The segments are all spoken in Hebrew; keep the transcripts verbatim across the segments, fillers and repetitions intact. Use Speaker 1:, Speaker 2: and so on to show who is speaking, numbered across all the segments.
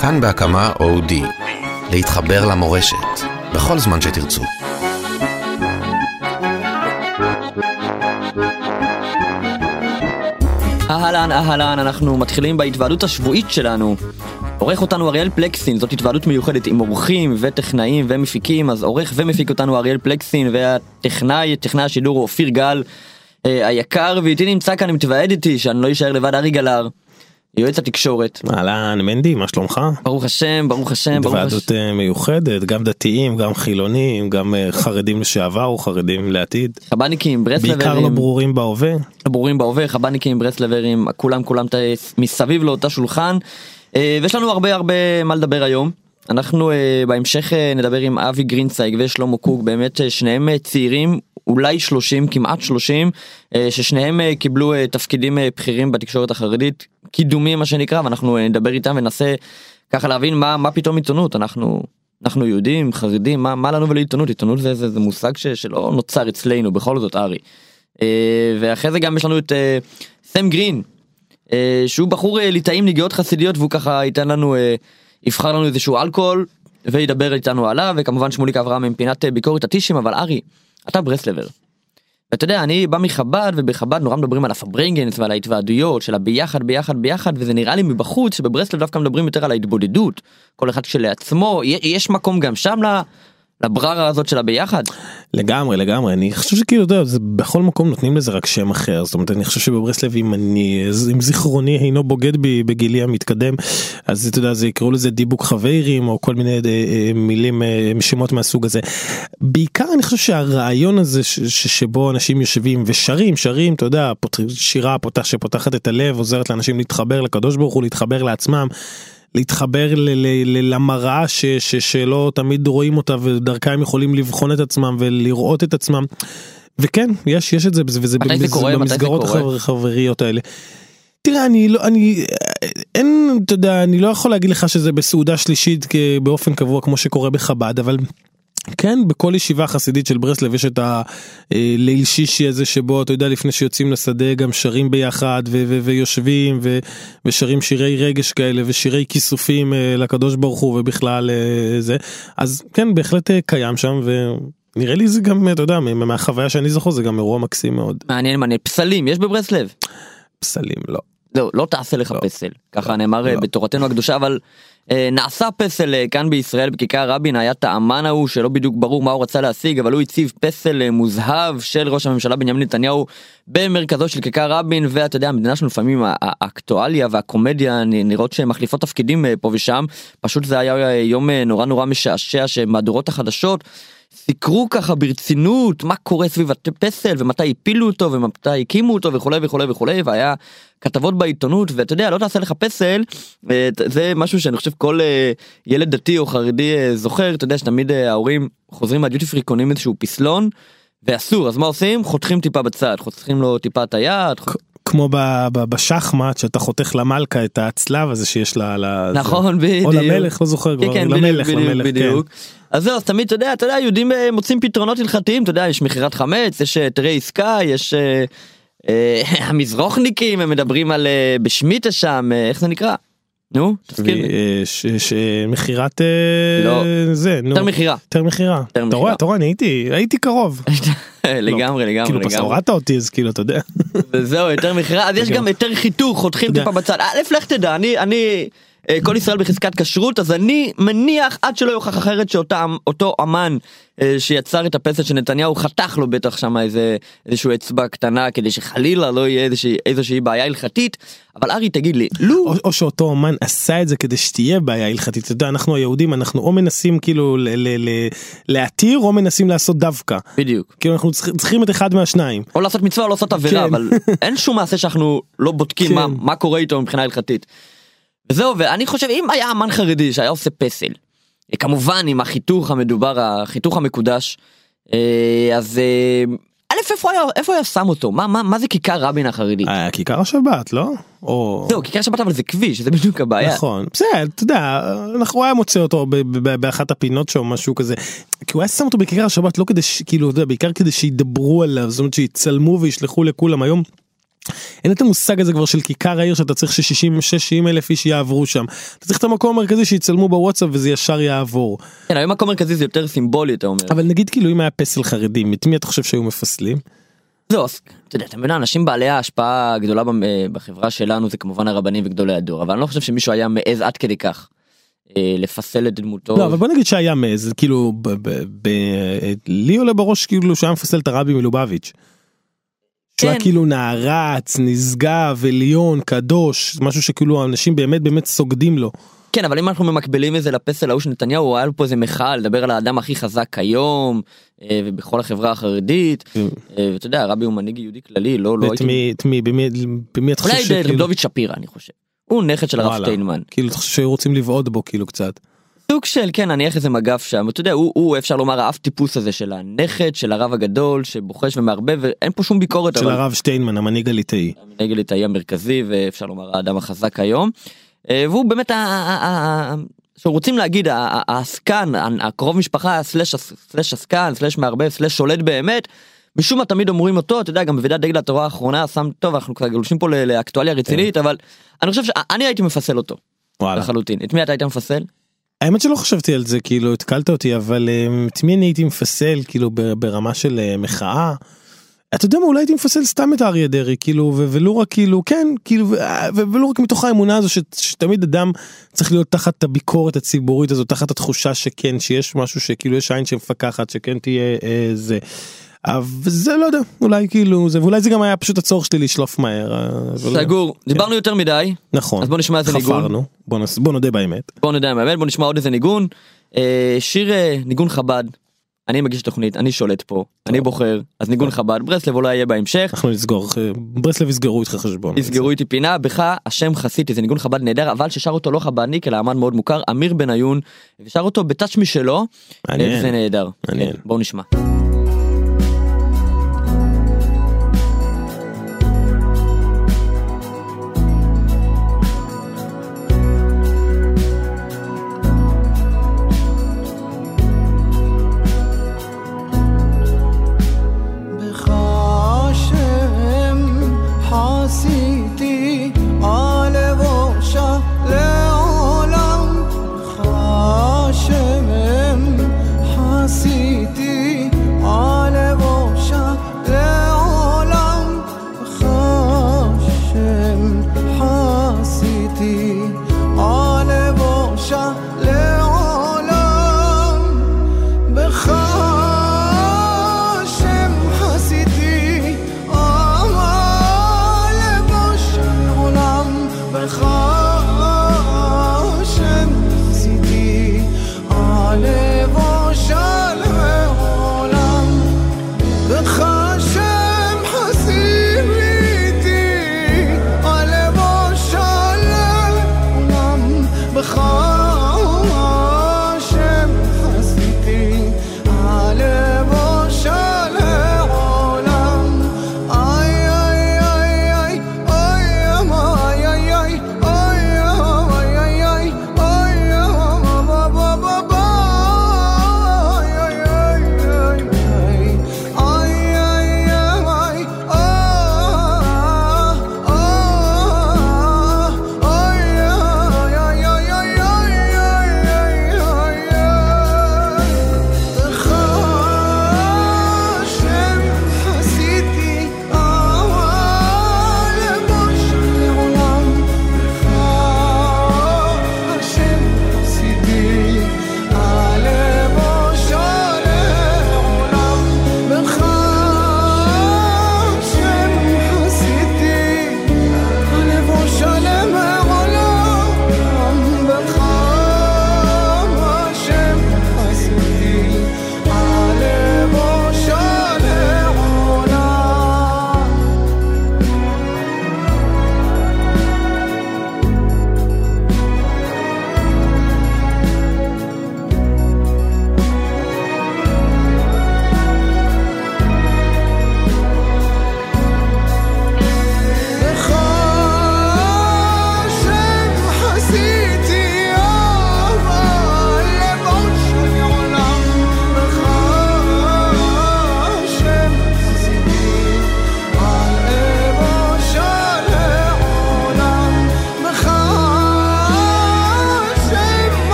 Speaker 1: כאן בהקמה אודי. להתחבר למורשת, בכל זמן שתרצו.
Speaker 2: אהלן, אהלן, אנחנו מתחילים בהתוועדות השבועית שלנו. עורך אותנו אריאל פלקסין, זאת התוועדות מיוחדת עם עורכים וטכנאים ומפיקים, אז עורך ומפיק אותנו אריאל פלקסין, והטכנאי, טכנאי השידור הוא אופיר גל, אה, היקר, ואיתי נמצא כאן עם תוועדתי, שאני לא אשאר לבד, ארי גלר, יועץ התקשורת.
Speaker 3: אהלן, מנדי, מה שלומך?
Speaker 2: ברוך השם, ברוך השם, ברוך השם.
Speaker 3: התוועדות מיוחדת, גם דתיים, גם חילונים, גם חרדים לשעבר או חרדים לעתיד.
Speaker 2: חב"דניקים, ברסלברים.
Speaker 3: בעיקר לא ברורים בהווה.
Speaker 2: לא ברורים בהווה, חב"דניקים, ברסלברים, כולם, כולם מסביב לאותה שולחן. ויש לנו הרבה הרבה מה לדבר היום. אנחנו בהמשך נדבר עם אבי גרינצייג ושלמה קוק, באמת שניהם צעירים, אולי שלושים, כמעט שלושים, ששניהם קיבלו תפקידים בכירים בתקשורת החרדית, קידומים מה שנקרא, ואנחנו נדבר איתם וננסה ככה להבין מה, מה פתאום עיתונות. אנחנו, אנחנו יהודים, חרדים, מה, מה לנו ולעיתונות? עיתונות זה, זה, זה מושג ש, שלא נוצר אצלנו, בכל זאת, ארי. ואחרי זה גם יש לנו את סם גרין, שהוא בחור ליטאים נגיעות חסידיות, והוא ככה ייתן לנו, יבחר לנו איזשהו אלכוהול, וידבר איתנו עליו, וכמובן שמוליק אברהם עם פינת ביקורת הטישים. אבל ארי, אתה ברסלבר. ואתה יודע, אני בא מחב"ד, ובחב"ד נורא מדברים על הפברנגנס ועל ההתוועדויות של הביחד, ביחד, ביחד, וזה נראה לי מבחוץ שבברסלב דווקא מדברים יותר על ההתבודדות, כל אחד שלעצמו. יש מקום גם שם לבררה הזאת של הביחד?
Speaker 3: לגמרי, לגמרי. אני חושב שכאילו, אתה יודע, זה בכל מקום נותנים לזה רק שם אחר. זאת אומרת, אני חושב שבברסלב, אם אני, אם זיכרוני אינו בוגד בי בגילי המתקדם, אז אתה יודע, זה יקראו לזה דיבוק חברים, או כל מיני מילים, שמות מהסוג הזה. בעיקר אני חושב שהרעיון הזה, שבו אנשים יושבים ושרים, שרים, אתה יודע, שירה פותח, שפותחת את הלב, עוזרת לאנשים להתחבר לקדוש ברוך הוא, להתחבר לעצמם, להתחבר למראה ש, ש, שלא תמיד רואים אותה, ודרכה הם יכולים לבחון את עצמם ולראות את עצמם. וכן, יש, יש את זה, וזה במסגרות החבריות האלה. תראה, אני לא, אני, אין, אתה יודע, אני לא יכול להגיד לך שזה בסעודה שלישית באופן קבוע כמו שקורה בחב"ד, אבל כן, בכל ישיבה חסידית של ברסלב יש את הליל שישי הזה שבו, אתה יודע, לפני שיוצאים לשדה גם שרים ביחד ו- ו- ויושבים ו- ושרים שירי רגש כאלה ושירי כיסופים לקדוש ברוך הוא ובכלל זה. אז כן, בהחלט קיים שם, ונראה לי זה גם, אתה יודע, מהחוויה שאני זוכר, זה גם אירוע מקסים מאוד. מעניין,
Speaker 2: מעניין. פסלים, יש בברסלב?
Speaker 3: פסלים, לא.
Speaker 2: לא, לא תעשה לך פסל, ככה נאמר בתורתנו הקדושה, אבל נעשה פסל כאן בישראל, בכיכר רבין, היה טעמן ההוא שלא בדיוק ברור מה הוא רצה להשיג, אבל הוא הציב פסל מוזהב של ראש הממשלה בנימין נתניהו במרכזו של כיכר רבין. ואתה יודע, המדינה שלנו לפעמים האקטואליה והקומדיה נראות שהן מחליפות תפקידים פה ושם. פשוט זה היה יום נורא נורא משעשע, שמהדורות החדשות סיקרו ככה ברצינות מה קורה סביב הפסל, ומתי הפילו אותו, ומתי הקימו אותו, וכו' וכו' וכו', והיה כתבות בעיתונות. ואתה יודע, לא תעשה לך פסל, זה משהו שאני חושב כל ילד דתי או חרדי זוכר. אתה יודע שתמיד ההורים חוזרים מהדיוטי פרי, קונים איזשהו פסלון, ואסור, אז מה עושים? חותכים טיפה בצד, חותכים לו טיפה את היד,
Speaker 3: כמו בשחמט, שאתה חותך למלכה את הצלב הזה שיש לה,
Speaker 2: נכון, בדיוק,
Speaker 3: או למלך, לא זוכר כבר, למלך, למלך,
Speaker 2: בדיוק. אז זהו, אז תמיד, אתה יודע, אתה יודע, יהודים מוצאים פתרונות הלכתיים, אתה יודע, יש מכירת חמץ, יש תרי עסקה, יש המזרוחניקים, הם מדברים על בשמיטה שם, איך זה נקרא? נו, תזכיר לי.
Speaker 3: מכירת זה, נו.
Speaker 2: יותר מכירה.
Speaker 3: יותר מכירה. אתה רואה, אתה רואה, אני הייתי קרוב.
Speaker 2: לגמרי, לגמרי.
Speaker 3: כאילו פס הורדת אותי, אז כאילו, אתה יודע.
Speaker 2: וזהו, יותר מכירה. אז יש גם יותר חיתוך, חותכים טיפה בצד. א', לך תדע, אני... כל ישראל בחזקת כשרות, אז אני מניח עד שלא יוכח אחרת שאותו אמן שיצר את הפסל של נתניהו חתך לו בטח שם איזה, איזשהו אצבע קטנה כדי שחלילה לא יהיה איזושהי, איזושהי בעיה הלכתית. אבל ארי, תגיד לי, לא...
Speaker 3: או, או שאותו אמן עשה את זה כדי שתהיה בעיה הלכתית. אתה יודע, אנחנו היהודים, אנחנו או מנסים כאילו ל- ל- ל- להתיר, או מנסים לעשות דווקא.
Speaker 2: בדיוק.
Speaker 3: כאילו אנחנו צריכים, צריכים את אחד מהשניים.
Speaker 2: או לעשות מצווה או לעשות עבירה, כן. אבל אין שום מעשה שאנחנו לא בודקים כן. מה, מה קורה איתו מבחינה הלכתית. וזהו, ואני חושב, אם היה אמן חרדי שהיה עושה פסל, כמובן עם החיתוך המדובר, החיתוך המקודש, אז א', איפה היה, איפה היה שם אותו? מה, מה, מה זה כיכר רבין החרדית?
Speaker 3: כיכר השבת, לא? או...
Speaker 2: זהו, כיכר השבת, אבל זה כביש, זה בדיוק הבעיה.
Speaker 3: נכון, בסדר, אתה יודע, אנחנו היה מוצא אותו באחת הפינות שם, משהו כזה, כי הוא היה שם אותו בכיכר השבת, לא כדי, כאילו, אתה יודע, בעיקר כדי שידברו עליו, זאת אומרת, שיצלמו וישלחו לכולם היום, אין את המושג הזה כבר של כיכר העיר שאתה צריך ש-שישים שישים אלף איש יעברו שם, אתה צריך את המקום המרכזי שיצלמו בוואטסאפ וזה ישר יעבור.
Speaker 2: כן, היום מקום מרכזי זה יותר סימבולי, אתה אומר.
Speaker 3: אבל נגיד כאילו אם היה פסל חרדים, את מי אתה חושב שהיו מפסלים?
Speaker 2: זהו, אתה יודע, אתה מבין, אנשים בעלי ההשפעה הגדולה בחברה שלנו זה כמובן הרבנים וגדולי הדור, אבל אני לא חושב שמישהו היה מעז עד כדי כך לפסל את דמותו.
Speaker 3: לא, אבל בוא נגיד שהיה מעז, כאילו, לי עולה בראש כאילו שהיה מפסל את הרבי מלובביץ'. שהוא היה כאילו נערץ, נשגב, עליון, קדוש, משהו שכאילו האנשים באמת באמת סוגדים לו.
Speaker 2: כן, אבל אם אנחנו ממקבלים את זה לפסל ההוא של נתניהו, היה לו פה איזה מחאה לדבר על האדם הכי חזק היום, ובכל החברה החרדית, ואתה יודע, הרבי הוא מנהיג יהודי כללי, לא, לא הייתי...
Speaker 3: את מי, במי את חושב
Speaker 2: שכאילו... אולי דוד שפירא, אני חושב. הוא נכד של הרב שטיינמן.
Speaker 3: כאילו, אתה חושב שהיו רוצים לבעוד בו, כאילו, קצת.
Speaker 2: סוג של, כן, אני איך איזה מגף שם, אתה יודע, הוא, הוא אפשר לומר, האף טיפוס הזה של הנכד, של הרב הגדול, שבוחש ומערבב, ואין פה שום ביקורת.
Speaker 3: של אבל... הרב שטיינמן, המנהיג הליטאי.
Speaker 2: המנהיג הליטאי המרכזי, ואפשר לומר, האדם החזק היום. והוא באמת, שרוצים להגיד, העסקן, הקרוב משפחה, סלש עסקן, סלש מערבב, סלש שולט באמת, משום מה תמיד אומרים אותו, אתה יודע, גם בוועידת דגל התורה האחרונה, שם טוב, אנחנו כבר גולשים פה לאקטואליה רצינית, אבל אני חושב שאני הייתי מפסל אותו. לחלוטין. את מי אתה היית מפסל?
Speaker 3: האמת שלא חשבתי על זה, כאילו, התקלת אותי, אבל את מי אני הייתי מפסל, כאילו, ברמה של מחאה? אתה יודע מה, אולי הייתי מפסל סתם את אריה דרעי, כאילו, ולא רק, כאילו, כן, כאילו, ולא רק מתוך האמונה הזו, שתמיד אדם צריך להיות תחת הביקורת הציבורית הזו, תחת התחושה שכן, שיש משהו שכאילו יש עין שמפקחת, שכן תהיה זה. אבל זה לא יודע, אולי כאילו זה, ואולי זה גם היה פשוט הצורך שלי לשלוף מהר.
Speaker 2: סגור, דיברנו יותר מדי.
Speaker 3: נכון.
Speaker 2: אז בוא נשמע איזה ניגון.
Speaker 3: חפרנו, בוא נודה באמת.
Speaker 2: בוא נודה באמת, בוא נשמע עוד איזה ניגון. שיר ניגון חב"ד. אני מגיש תוכנית, אני שולט פה, אני בוחר, אז ניגון חב"ד, ברסלב אולי יהיה בהמשך.
Speaker 3: אנחנו נסגור, ברסלב יסגרו איתך חשבון.
Speaker 2: יסגרו איתי פינה, בך השם חסיתי, זה ניגון חב"ד נהדר, אבל ששר אותו לא חב"דניק, אלא אמן מאוד מוכר, אמיר בניון, ושר אותו בטאץ' משלו, וזה נהדר. בואו נשמע.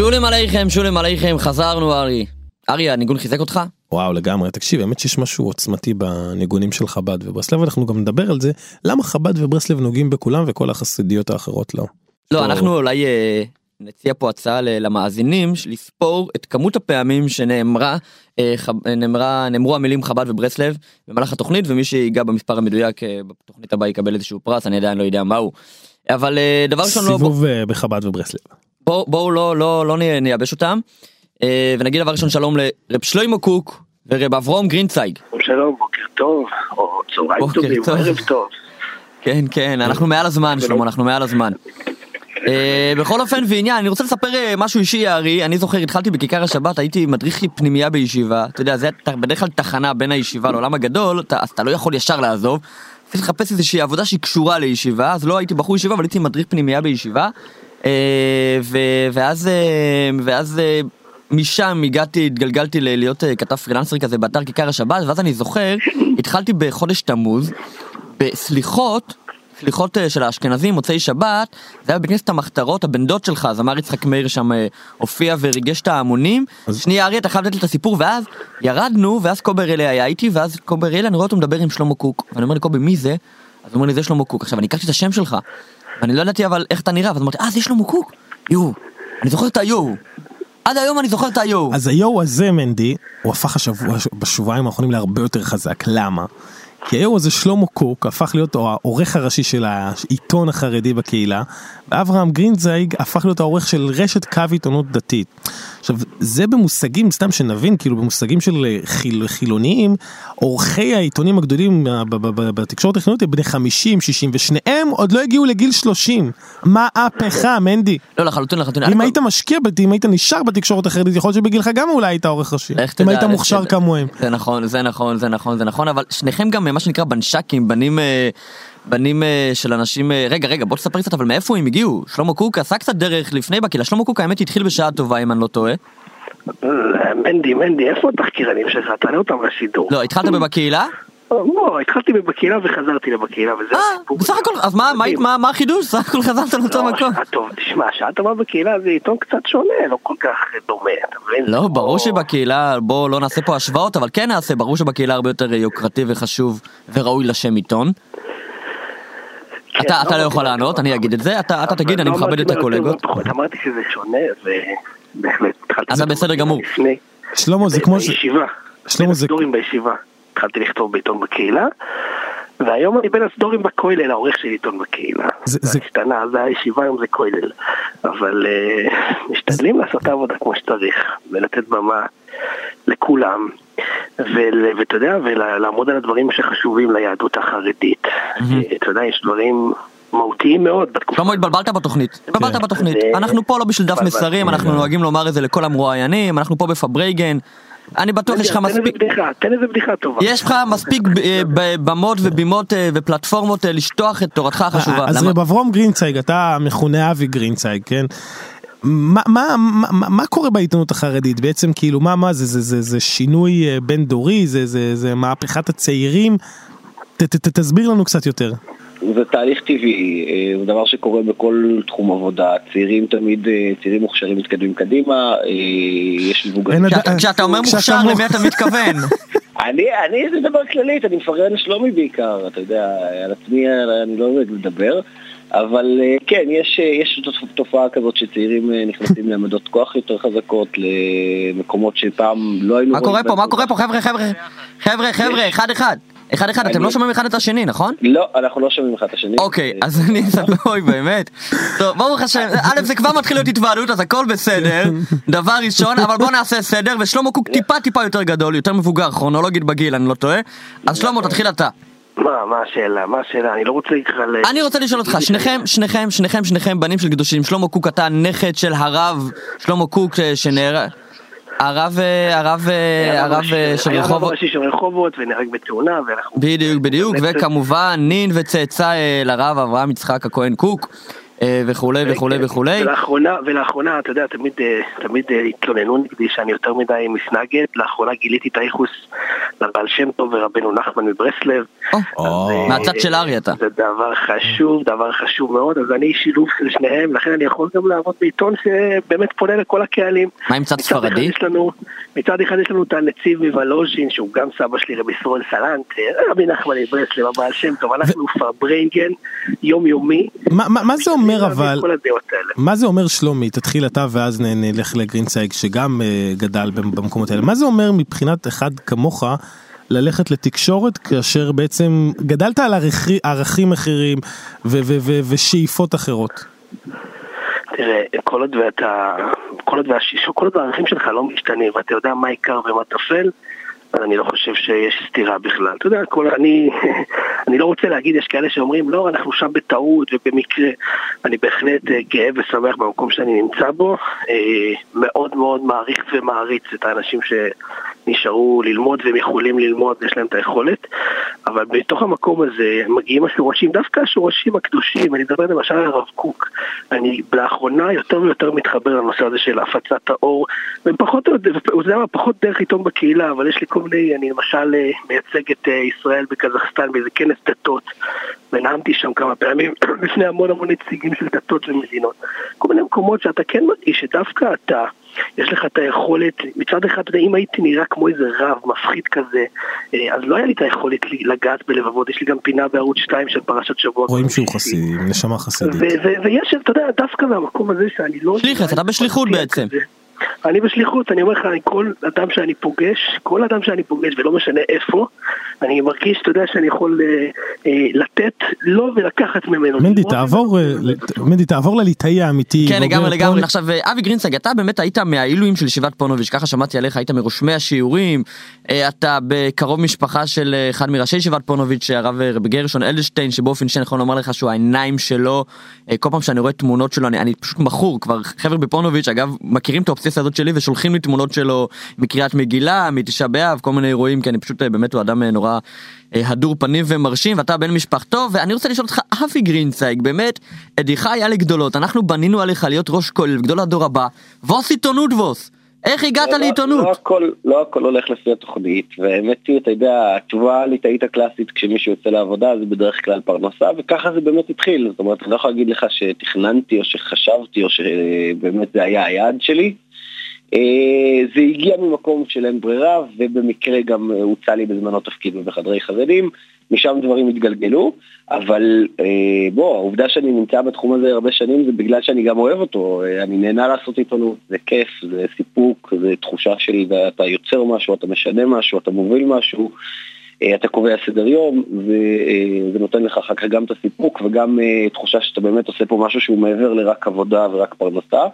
Speaker 2: שולם עליכם, שולם עליכם, חזרנו ארי. ארי, הניגון חיזק אותך?
Speaker 3: וואו, לגמרי, תקשיב, האמת שיש משהו עוצמתי בניגונים של חב"ד וברסלב, אנחנו גם נדבר על זה, למה חב"ד וברסלב נוגעים בכולם וכל החסידיות האחרות לא?
Speaker 2: לא, אנחנו אולי נציע פה הצעה למאזינים, לספור את כמות הפעמים שנאמרה, נאמרה, נאמרו המילים חב"ד וברסלב במהלך התוכנית, ומי שיגע במספר המדויק בתוכנית הבאה יקבל איזשהו פרס, אני עדיין לא יודע מהו. אבל דבר ראשון לא...
Speaker 3: סיבוב בחב"ד וברסלב.
Speaker 2: בואו בוא, לא, לא, לא נייבש אותם, ונגיד דבר ראשון שלום לרב שלמה קוק ורב אברום גרינצייג.
Speaker 4: שלום, בוקר טוב, או צהריים טובים, ערב טוב.
Speaker 2: כן, כן, אנחנו מעל הזמן, שלמה, אנחנו מעל הזמן. בכל אופן ועניין, אני רוצה לספר משהו אישי, ארי. אני זוכר, התחלתי בכיכר השבת, הייתי מדריך פנימייה בישיבה, אתה יודע, זה בדרך כלל תחנה בין הישיבה לעולם הגדול, אז אתה לא יכול ישר לעזוב, צריך לחפש איזושהי עבודה שהיא קשורה לישיבה, אז לא הייתי בחור ישיבה, אבל הייתי מדריך פנימייה בישיבה, ואז ואז משם הגעתי, התגלגלתי להיות כתב פרילנסר כזה באתר כיכר השבת, ואז אני זוכר, התחלתי בחודש תמוז, בסליחות, סליחות של האשכנזים, מוצאי שבת, זה היה בכנסת המחתרות, הבן דוד שלך, זמר יצחק מאיר שם הופיע וריגש את ההמונים. אז... שנייה ארי, אתה חייב לתת לי את הסיפור, ואז ירדנו, ואז קובר אלי היה איתי, ואז קובר אלי, אני רואה אותו מדבר עם שלמה קוק, ואני אומר לי, קובי, מי זה? אז הוא אומר לי, זה שלמה קוק. עכשיו, אני הכרתי את השם שלך, ואני לא ידעתי אבל איך אתה נראה, ואז אמרתי, אה, זה שלמה קוק? יו, אני זוכר את היו. עד היום אני זוכר את היו.
Speaker 3: אז היו הזה, מנדי, הוא הפך השבוע, בשבועיים האחרונים להרבה יותר חזק. למה? כי היו הזה שלמה קוק הפך להיות העורך הראשי של העיתון החרדי בקהילה, ואברהם גרינצייג הפך להיות העורך של רשת קו עיתונות דתית. עכשיו, זה במושגים, סתם שנבין, כאילו במושגים של חיל, חילוניים, עורכי העיתונים הגדולים בתקשורת החילונית הם בני חמישים, שישים, ושניהם עוד לא הגיעו לגיל שלושים. מה הפכה, מנדי?
Speaker 2: לא, לחלוטין, לחלוטין.
Speaker 3: אם היית משקיע, אם היית נשאר בתקשורת החרדית, יכול להיות שבגילך גם אולי היית עורך ראשי. אם היית מוכשר כמוהם.
Speaker 2: זה נכון, זה נכון, זה נכון, זה נכון, אבל שניכם גם מה שנקרא בנשקים, בנים... בנים של אנשים, רגע, רגע, בוא תספר קצת, אבל מאיפה הם הגיעו? שלמה קוק עשה קצת דרך לפני בקהילה, שלמה קוק האמת התחיל בשעה טובה, אם אני לא טועה.
Speaker 4: מנדי, מנדי, איפה התחקירנים שלך? תעלה אותם לשידור.
Speaker 2: לא, התחלת בבקהילה?
Speaker 4: לא, התחלתי בבקהילה וחזרתי לבקהילה, וזה
Speaker 2: הסיפור. בסך הכל, אז מה החידוש? בסך הכל חזרת לאותו מקום.
Speaker 4: טוב, תשמע, שעה טובה בקהילה זה עיתון קצת שונה, לא כל כך דומה.
Speaker 2: לא, ברור שבקהילה, בוא לא נעשה פה השוואות, אבל כן נעשה, ברור שבקהילה הרבה יותר יוקרתי וחשוב וראוי לשם עיתון. אתה לא יכול לענות, אני אגיד את זה, אתה תגיד, אני מכבד את הקולגות.
Speaker 4: אמרתי שזה שונה, ובהחלט
Speaker 2: אז זה בסדר גמור.
Speaker 3: שלמה זה כמו ש...
Speaker 4: בישיבה, בין הסדורים בישיבה, התחלתי לכתוב בעיתון בקהילה, והיום אני בין הסדורים בכולל, העורך של עיתון בקהילה. זה השתנה, אז הישיבה היום זה כולל, אבל משתדלים לעשות העבודה כמו שצריך, ולתת במה לכולם, ואתה יודע, ולעמוד על הדברים שחשובים ליהדות החרדית. אתה יודע, יש דברים מהותיים מאוד בתקופה.
Speaker 2: שלמה, התבלבלת בתוכנית, התבלבלת בתוכנית. אנחנו פה לא בשביל דף מסרים, אנחנו נוהגים לומר את זה לכל המרואיינים, אנחנו פה בפברייגן. אני בטוח יש לך מספיק...
Speaker 4: תן איזה בדיחה טובה.
Speaker 2: יש לך מספיק במות ובימות ופלטפורמות לשטוח את תורתך החשובה.
Speaker 3: אז רב אברום גרינצייג, אתה מכונה אבי גרינצייג, כן? מה, מה, מה, מה קורה בעיתונות החרדית? בעצם כאילו, מה, מה, זה, זה, זה, זה שינוי בין דורי, זה, זה, זה מהפכת הצעירים? ת, ת, ת, תסביר לנו קצת יותר.
Speaker 5: זה תהליך טבעי, הוא דבר שקורה בכל תחום עבודה, צעירים תמיד, צעירים מוכשרים מתקדמים קדימה, יש מבוגרים.
Speaker 2: כשאתה אומר מוכשר, למי אתה מתכוון?
Speaker 5: אני, אני, זה דבר כללית, אני מפרגן לשלומי בעיקר, אתה יודע, על עצמי אני לא אוהב לדבר, אבל כן, יש, יש תופעה כזאת שצעירים נכנסים לעמדות כוח יותר חזקות, למקומות שפעם לא היינו...
Speaker 2: מה קורה פה? מה קורה פה? חבר'ה, חבר'ה, חבר'ה, חבר'ה, אחד אחד. אחד אחד, אתם לא שומעים אחד את השני, נכון?
Speaker 5: לא, אנחנו לא שומעים אחד את השני.
Speaker 2: אוקיי, אז אני אספר, באמת. טוב, ברוך השם, א' זה כבר מתחיל להיות התוועדות, אז הכל בסדר. דבר ראשון, אבל בוא נעשה סדר, ושלמה קוק טיפה טיפה יותר גדול, יותר מבוגר, כרונולוגית בגיל, אני לא טועה. אז שלמה, תתחיל אתה.
Speaker 4: מה, מה השאלה? מה השאלה? אני לא רוצה לקרוא ל...
Speaker 2: אני רוצה לשאול אותך, שניכם, שניכם, שניכם, שניכם, בנים של קדושים. שלמה קוק, אתה נכד של הרב שלמה קוק שנהרג... הרב, הרב, הרב של רחובות.
Speaker 4: הרב הראשי של רחובות ונהרג בתאונה.
Speaker 2: בדיוק, בדיוק, וכמובן נין וצאצא לרב אברהם יצחק הכהן קוק. וכולי וכולי וכולי.
Speaker 4: ולאחרונה, ולאחרונה, אתה יודע, תמיד, תמיד התלוננו נגדי שאני יותר מדי מסנגד, לאחרונה גיליתי את האיחוס לבעל שם טוב ורבנו נחמן מברסלב.
Speaker 2: מהצד של ארי אתה.
Speaker 4: זה דבר חשוב, דבר חשוב מאוד, אז אני שילוב של שניהם, לכן אני יכול גם לעבוד בעיתון שבאמת פונה לכל הקהלים.
Speaker 2: מה עם צד ספרדי?
Speaker 4: מצד אחד יש לנו את הנציב מוולוז'ין, שהוא גם סבא שלי רבי ישראל סלנט, רבי נחמן מברסלב, הבעל שם טוב, אנחנו פרברנגן, יומיומי.
Speaker 3: מה זה אומר אבל, מה זה אומר שלומי, תתחיל אתה ואז נלך לגרינסייג שגם גדל במקומות האלה, מה זה אומר מבחינת אחד כמוך ללכת לתקשורת כאשר בעצם גדלת על ערכים אחרים ושאיפות אחרות?
Speaker 4: תראה, כל עוד ואתה, כל עוד והשישו, כל עוד והערכים שלך לא משתנים ואתה יודע מה עיקר ומה תפל, אז אני לא חושב שיש סתירה בכלל. אתה יודע, כל, אני, אני לא רוצה להגיד, יש כאלה שאומרים, לא, אנחנו שם בטעות ובמקרה. אני בהחלט גאה ושמח במקום שאני נמצא בו. מאוד מאוד מעריך ומעריץ את האנשים שנשארו ללמוד והם יכולים ללמוד, יש להם את היכולת. אבל בתוך המקום הזה מגיעים השורשים, דווקא השורשים הקדושים. אני מדבר למשל על הרב קוק. אני לאחרונה יותר ויותר מתחבר לנושא הזה של הפצת האור, ופחות, וזה היה פחות דרך עיתון בקהילה, אבל יש לי כל מיני, אני למשל מייצג את ישראל בקזחסטן באיזה כנס דתות, ונעמתי שם כמה פעמים בפני המון המון נציגים של דתות ומדינות. כל מיני מקומות שאתה כן מרגיש שדווקא אתה, יש לך את היכולת, מצד אחד, אם הייתי נראה כמו איזה רב מפחיד כזה, אז לא היה לי את היכולת לגעת בלבבות, יש לי גם פינה בערוץ שתיים של פרשת שבוע.
Speaker 3: רואים שהוא חסיד, נשמה חסידית.
Speaker 4: ויש, אתה יודע, דווקא מהמקום הזה שאני לא...
Speaker 2: שליחת, אתה בשליחות בעצם.
Speaker 4: אני בשליחות, אני אומר לך, כל אדם שאני פוגש, כל אדם שאני פוגש, ולא משנה איפה, אני מרגיש, אתה יודע, שאני יכול לתת לו ולקחת ממנו.
Speaker 3: מנדי, תעבור, מנדי, תעבור לליטאי האמיתי.
Speaker 2: כן, לגמרי, לגמרי. עכשיו, אבי גרינסייג, אתה באמת היית מהעילויים של ישיבת פונוביץ', ככה שמעתי עליך, היית מרושמי השיעורים, אתה בקרוב משפחה של אחד מראשי ישיבת פונוביץ', הרב רבי גרשון אלדשטיין, שבאופן שנכון לומר לך שהוא העיניים שלו, כל פעם שאני רואה תמונות שלו, אני, אני פשוט מחור, כבר חבר'ה בפונוביץ', אגב, מכירים את האובססיה הזאת שלי ושולחים לי תמונות שלו מקריאת מגילה, מתשעה באב, כל מיני אירועים, כי אני פשוט באמת הוא אדם נורא הדור פנים ומרשים, ואתה בן משפחתו, ואני רוצה לשאול אותך, אבי גרינסייג, באמת, עדיך היה לגדולות, אנחנו בנינו עליך להיות ראש כולל, גדול הדור הבא, ווס עיתונות ווס, איך הגעת לעיתונות?
Speaker 5: לא הכל, לא הכל הולך לפי התוכנית, והאמת היא, אתה יודע, התשובה ליטאית הקלאסית כשמישהו יוצא לעבודה, זה בדרך כלל פרנסה, וככה זה באמת התחיל, זאת אומרת, אני לא יכול להגיד לך שתכננתי, או שחשבתי, או שבאמת זה היה היעד שלי, זה הגיע ממקום של אין ברירה, ובמקרה גם הוצא לי בזמנו תפקיד בחדרי חרדים, משם דברים התגלגלו, אבל בוא, העובדה שאני נמצא בתחום הזה הרבה שנים, זה בגלל שאני גם אוהב אותו, אני נהנה לעשות עיתונות, זה כיף, זה סיפוק, זה תחושה שלי, ואתה יוצר משהו, אתה משנה משהו, אתה מוביל משהו, אתה קובע סדר יום, וזה נותן לך אחר כך גם את הסיפוק, וגם תחושה שאתה באמת עושה פה משהו שהוא מעבר לרק עבודה ורק פרנסה,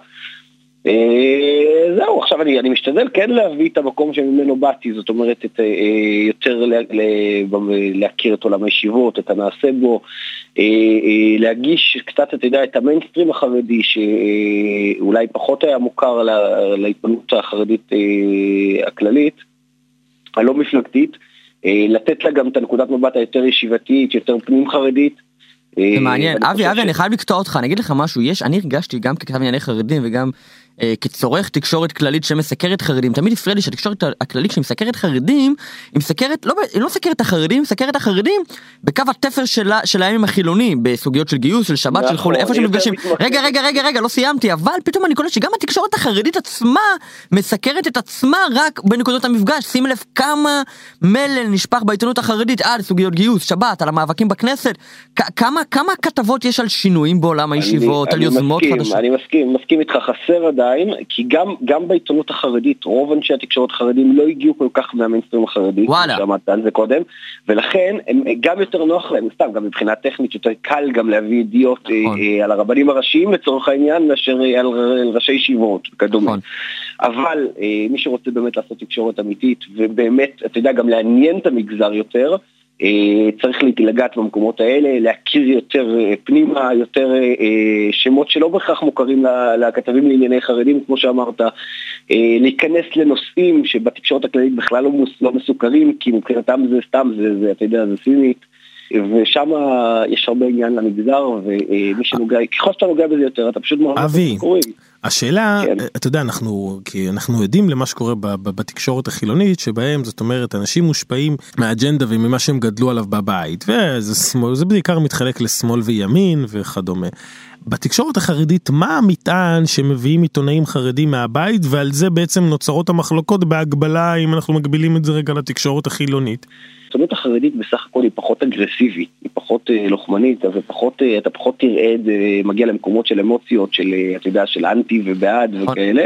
Speaker 5: זהו, עכשיו אני, אני משתדל כן להביא את המקום שממנו באתי, זאת אומרת, את, יותר לה, להכיר את עולם הישיבות, את הנעשה בו, להגיש קצת, אתה יודע, את המיינסטרים החרדי, שאולי פחות היה מוכר להתפנות החרדית הכללית, הלא מפלגתית, לתת לה גם את הנקודת מבט היותר ישיבתית, יותר פנים חרדית,
Speaker 2: זה מעניין, אבי, אבי, אני חייב לקטוע אותך, אני אגיד לך משהו, יש, אני הרגשתי גם ככתב ענייני חרדים וגם אה, כצורך תקשורת כללית שמסקרת חרדים, תמיד הפריע לי שהתקשורת הכללית שמסקרת חרדים, היא מסקרת, לא, היא לא מסקרת החרדים, היא מסקרת החרדים בקו התפר שלה, של הימים החילונים, בסוגיות של גיוס, של שבת, של חולי, איפה שמפגשים. רגע, רגע, רגע, רגע, לא סיימתי, אבל פתאום אני קולט שגם התקשורת החרדית עצמה מסקרת את עצמה רק בנקודות המפגש. שים לב כמה מלל נשפך בעיתונות החרדית על סוגיות גיוס, שבת, על המאבקים בכנסת, כמה כמה כתבות יש על שינויים בעולם הישיבות, על יוזמות חדשות?
Speaker 5: אני מסכים, מסכים איתך, חסר עדיין, כי גם, גם בעיתונות החרדית, רוב אנשי התקשורת החרדים לא הגיעו כל כך מהמיינסטרים החרדי, שמעת על זה קודם, ולכן הם גם יותר נוח להם, סתם, גם מבחינה טכנית יותר קל גם להביא ידיעות אה, על הרבנים הראשיים לצורך העניין, מאשר על, על ראשי ישיבות, כדומה. אבל אה, מי שרוצה באמת לעשות תקשורת אמיתית, ובאמת, אתה יודע, גם לעניין את המגזר יותר, צריך לגעת במקומות האלה, להכיר יותר פנימה, יותר שמות שלא בכך מוכרים לכתבים לענייני חרדים, כמו שאמרת, להיכנס לנושאים שבתקשורת הכללית בכלל לא מסוכרים, כי מבחינתם זה סתם, זה, זה, אתה יודע, זה סינית, ושם יש הרבה עניין למגזר, ומי שנוגע, ככל שאתה נוגע בזה יותר, אתה פשוט מראה
Speaker 3: אבי, השאלה, אתה יודע, אנחנו, כי אנחנו יודעים למה שקורה בתקשורת החילונית, שבהם, זאת אומרת, אנשים מושפעים מהאג'נדה וממה שהם גדלו עליו בבית, וזה שמאל, זה בעיקר מתחלק לשמאל וימין וכדומה. בתקשורת החרדית, מה המטען שמביאים עיתונאים חרדים מהבית, ועל זה בעצם נוצרות המחלוקות בהגבלה, אם אנחנו מגבילים את זה רגע לתקשורת החילונית?
Speaker 5: העיתונות החרדית בסך הכל היא פחות אגרסיבית, היא פחות אה, לוחמנית, ופחות, אה, אתה פחות תרעד, אה, מגיע למקומות של אמוציות, של, אה, אתה יודע, של אנטי ובעד וכאלה,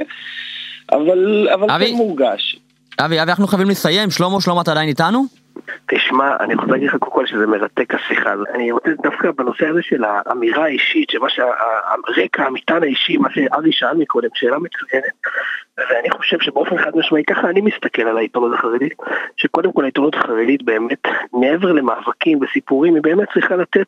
Speaker 5: אבל, אבל
Speaker 2: אבי,
Speaker 5: כן מורגש.
Speaker 2: אבי, אבי, אנחנו חייבים לסיים. שלמה, שלמה, אתה עדיין איתנו?
Speaker 4: תשמע, אני רוצה להגיד לך כל כל שזה מרתק השיחה. אני רוצה דווקא בנושא הזה של האמירה האישית, שמה שהרקע, המטען האישי, מה שארי שאל מקודם, שאלה מצוינת. ואני חושב שבאופן חד משמעי, ככה אני מסתכל על העיתונות החרדית, שקודם כל העיתונות החרדית באמת, מעבר למאבקים וסיפורים, היא באמת צריכה לתת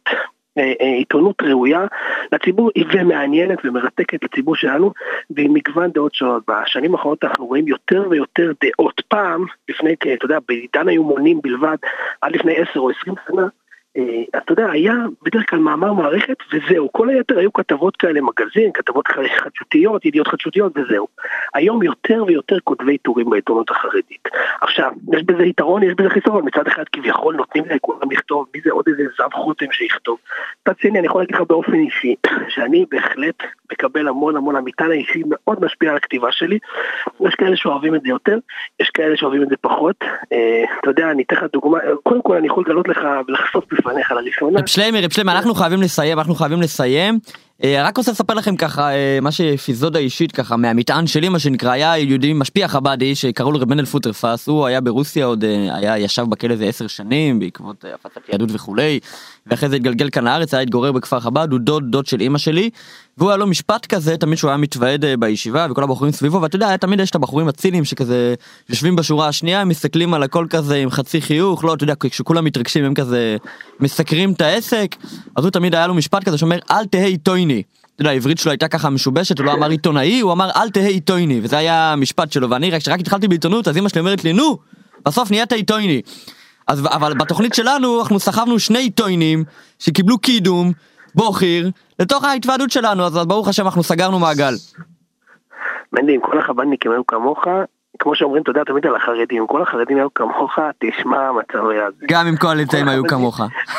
Speaker 4: עיתונות ראויה לציבור, ומעניינת ומרתקת לציבור שלנו, ועם מגוון דעות שונות. בשנים האחרונות אנחנו רואים יותר ויותר דעות. פעם, לפני, אתה יודע, בעידן היו מונים בלבד, עד לפני עשר או עשרים שנה, אתה יודע, היה בדרך כלל מאמר מערכת וזהו, כל היתר היו כתבות כאלה, מגזין, כתבות חדשותיות, ידיעות חדשותיות וזהו. היום יותר ויותר כותבי טורים בעיתונות החרדית. עכשיו, יש בזה יתרון, יש בזה חיסרון, מצד אחד כביכול נותנים לכולם לכתוב, מי זה עוד איזה זב חותם שיכתוב. מצד שני, אני יכול להגיד לך באופן אישי, שאני בהחלט מקבל המון המון, המטען האישי מאוד משפיע על הכתיבה שלי, יש כאלה שאוהבים את זה יותר, יש כאלה שאוהבים את זה פחות. אתה יודע, אני אתן לך דוגמה, קודם כל אני יכול לגלות לך ולחשוף בפניך לראשונה.
Speaker 2: רב שלמה, רב שלמה, אנחנו חייבים לסיים, אנחנו חייבים לסיים. רק רוצה לספר לכם ככה, מה שפיזודה אישית ככה, מהמטען שלי, מה שנקרא, היה יהודי משפיע חבדי, שקראו לו רב מנדל פוטרפס, הוא היה ברוסיה, עוד היה ישב בכלא איזה עשר שנים, בעקבות הפצת יהדות וכולי, ואחרי זה התגלגל כאן לארץ, היה התגורר בכפר חב"ד, הוא דוד, דוד של אמא שלי, והוא היה לו משפט כזה, תמיד שהוא היה מתוועד בישיבה, וכל הבחורים סביבו, ואתה יודע, תמיד יש את הבחורים הצילים, שכזה יושבים בשורה השנייה, הם מסתכלים על הכל כזה עם חצי חיוך, לא, אתה יודע, כשכולם מתרגשים, הם כזה מסקרים את העסק, אז הוא תמיד היה לו משפט כזה שאומר, אל תהיה עיתויני. אתה יודע, העברית שלו הייתה ככה משובשת, הוא לא אמר עיתונאי, הוא אמר, אל תהיה עיתויני, וזה היה המשפט שלו, ואני רק, שרק התחלתי בעיתונות, אז אמא שלי אומרת לי, נו, בסוף נהיית עיתויני. אז, אבל בתוכנית שלנו, אנחנו סחבנו שני עיתוינים, שקיבלו קידום, בוחיר, לתוך ההתוועדות שלנו, אז ברוך השם, אנחנו סגרנו מעגל.
Speaker 4: מנדי, אם כל החב"דניקים היו כמוך, כמו שאומרים, אתה יודע, תמיד על החרדים, אם כל החרדים היו כמוך, תשמע מצב יד.
Speaker 2: גם אם כל הליטאים היו כמוך.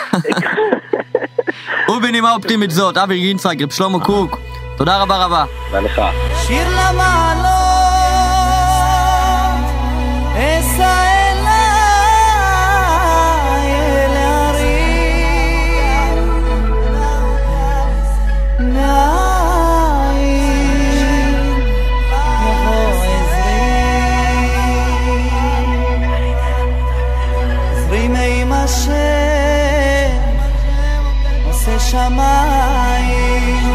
Speaker 2: ובנימה אופטימית זאת, אבי גרינצייג, רב שלמה קוק, תודה רבה רבה.
Speaker 5: תודה לך.
Speaker 6: שיר למעלות, אסע אליי, אל ההרים, מאין יבוא עזרי, עזרי מעם השם, עושה שמיים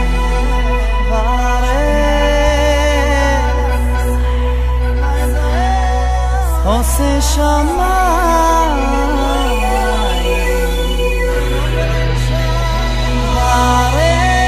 Speaker 6: וארץ, עושה שמיים וארץ.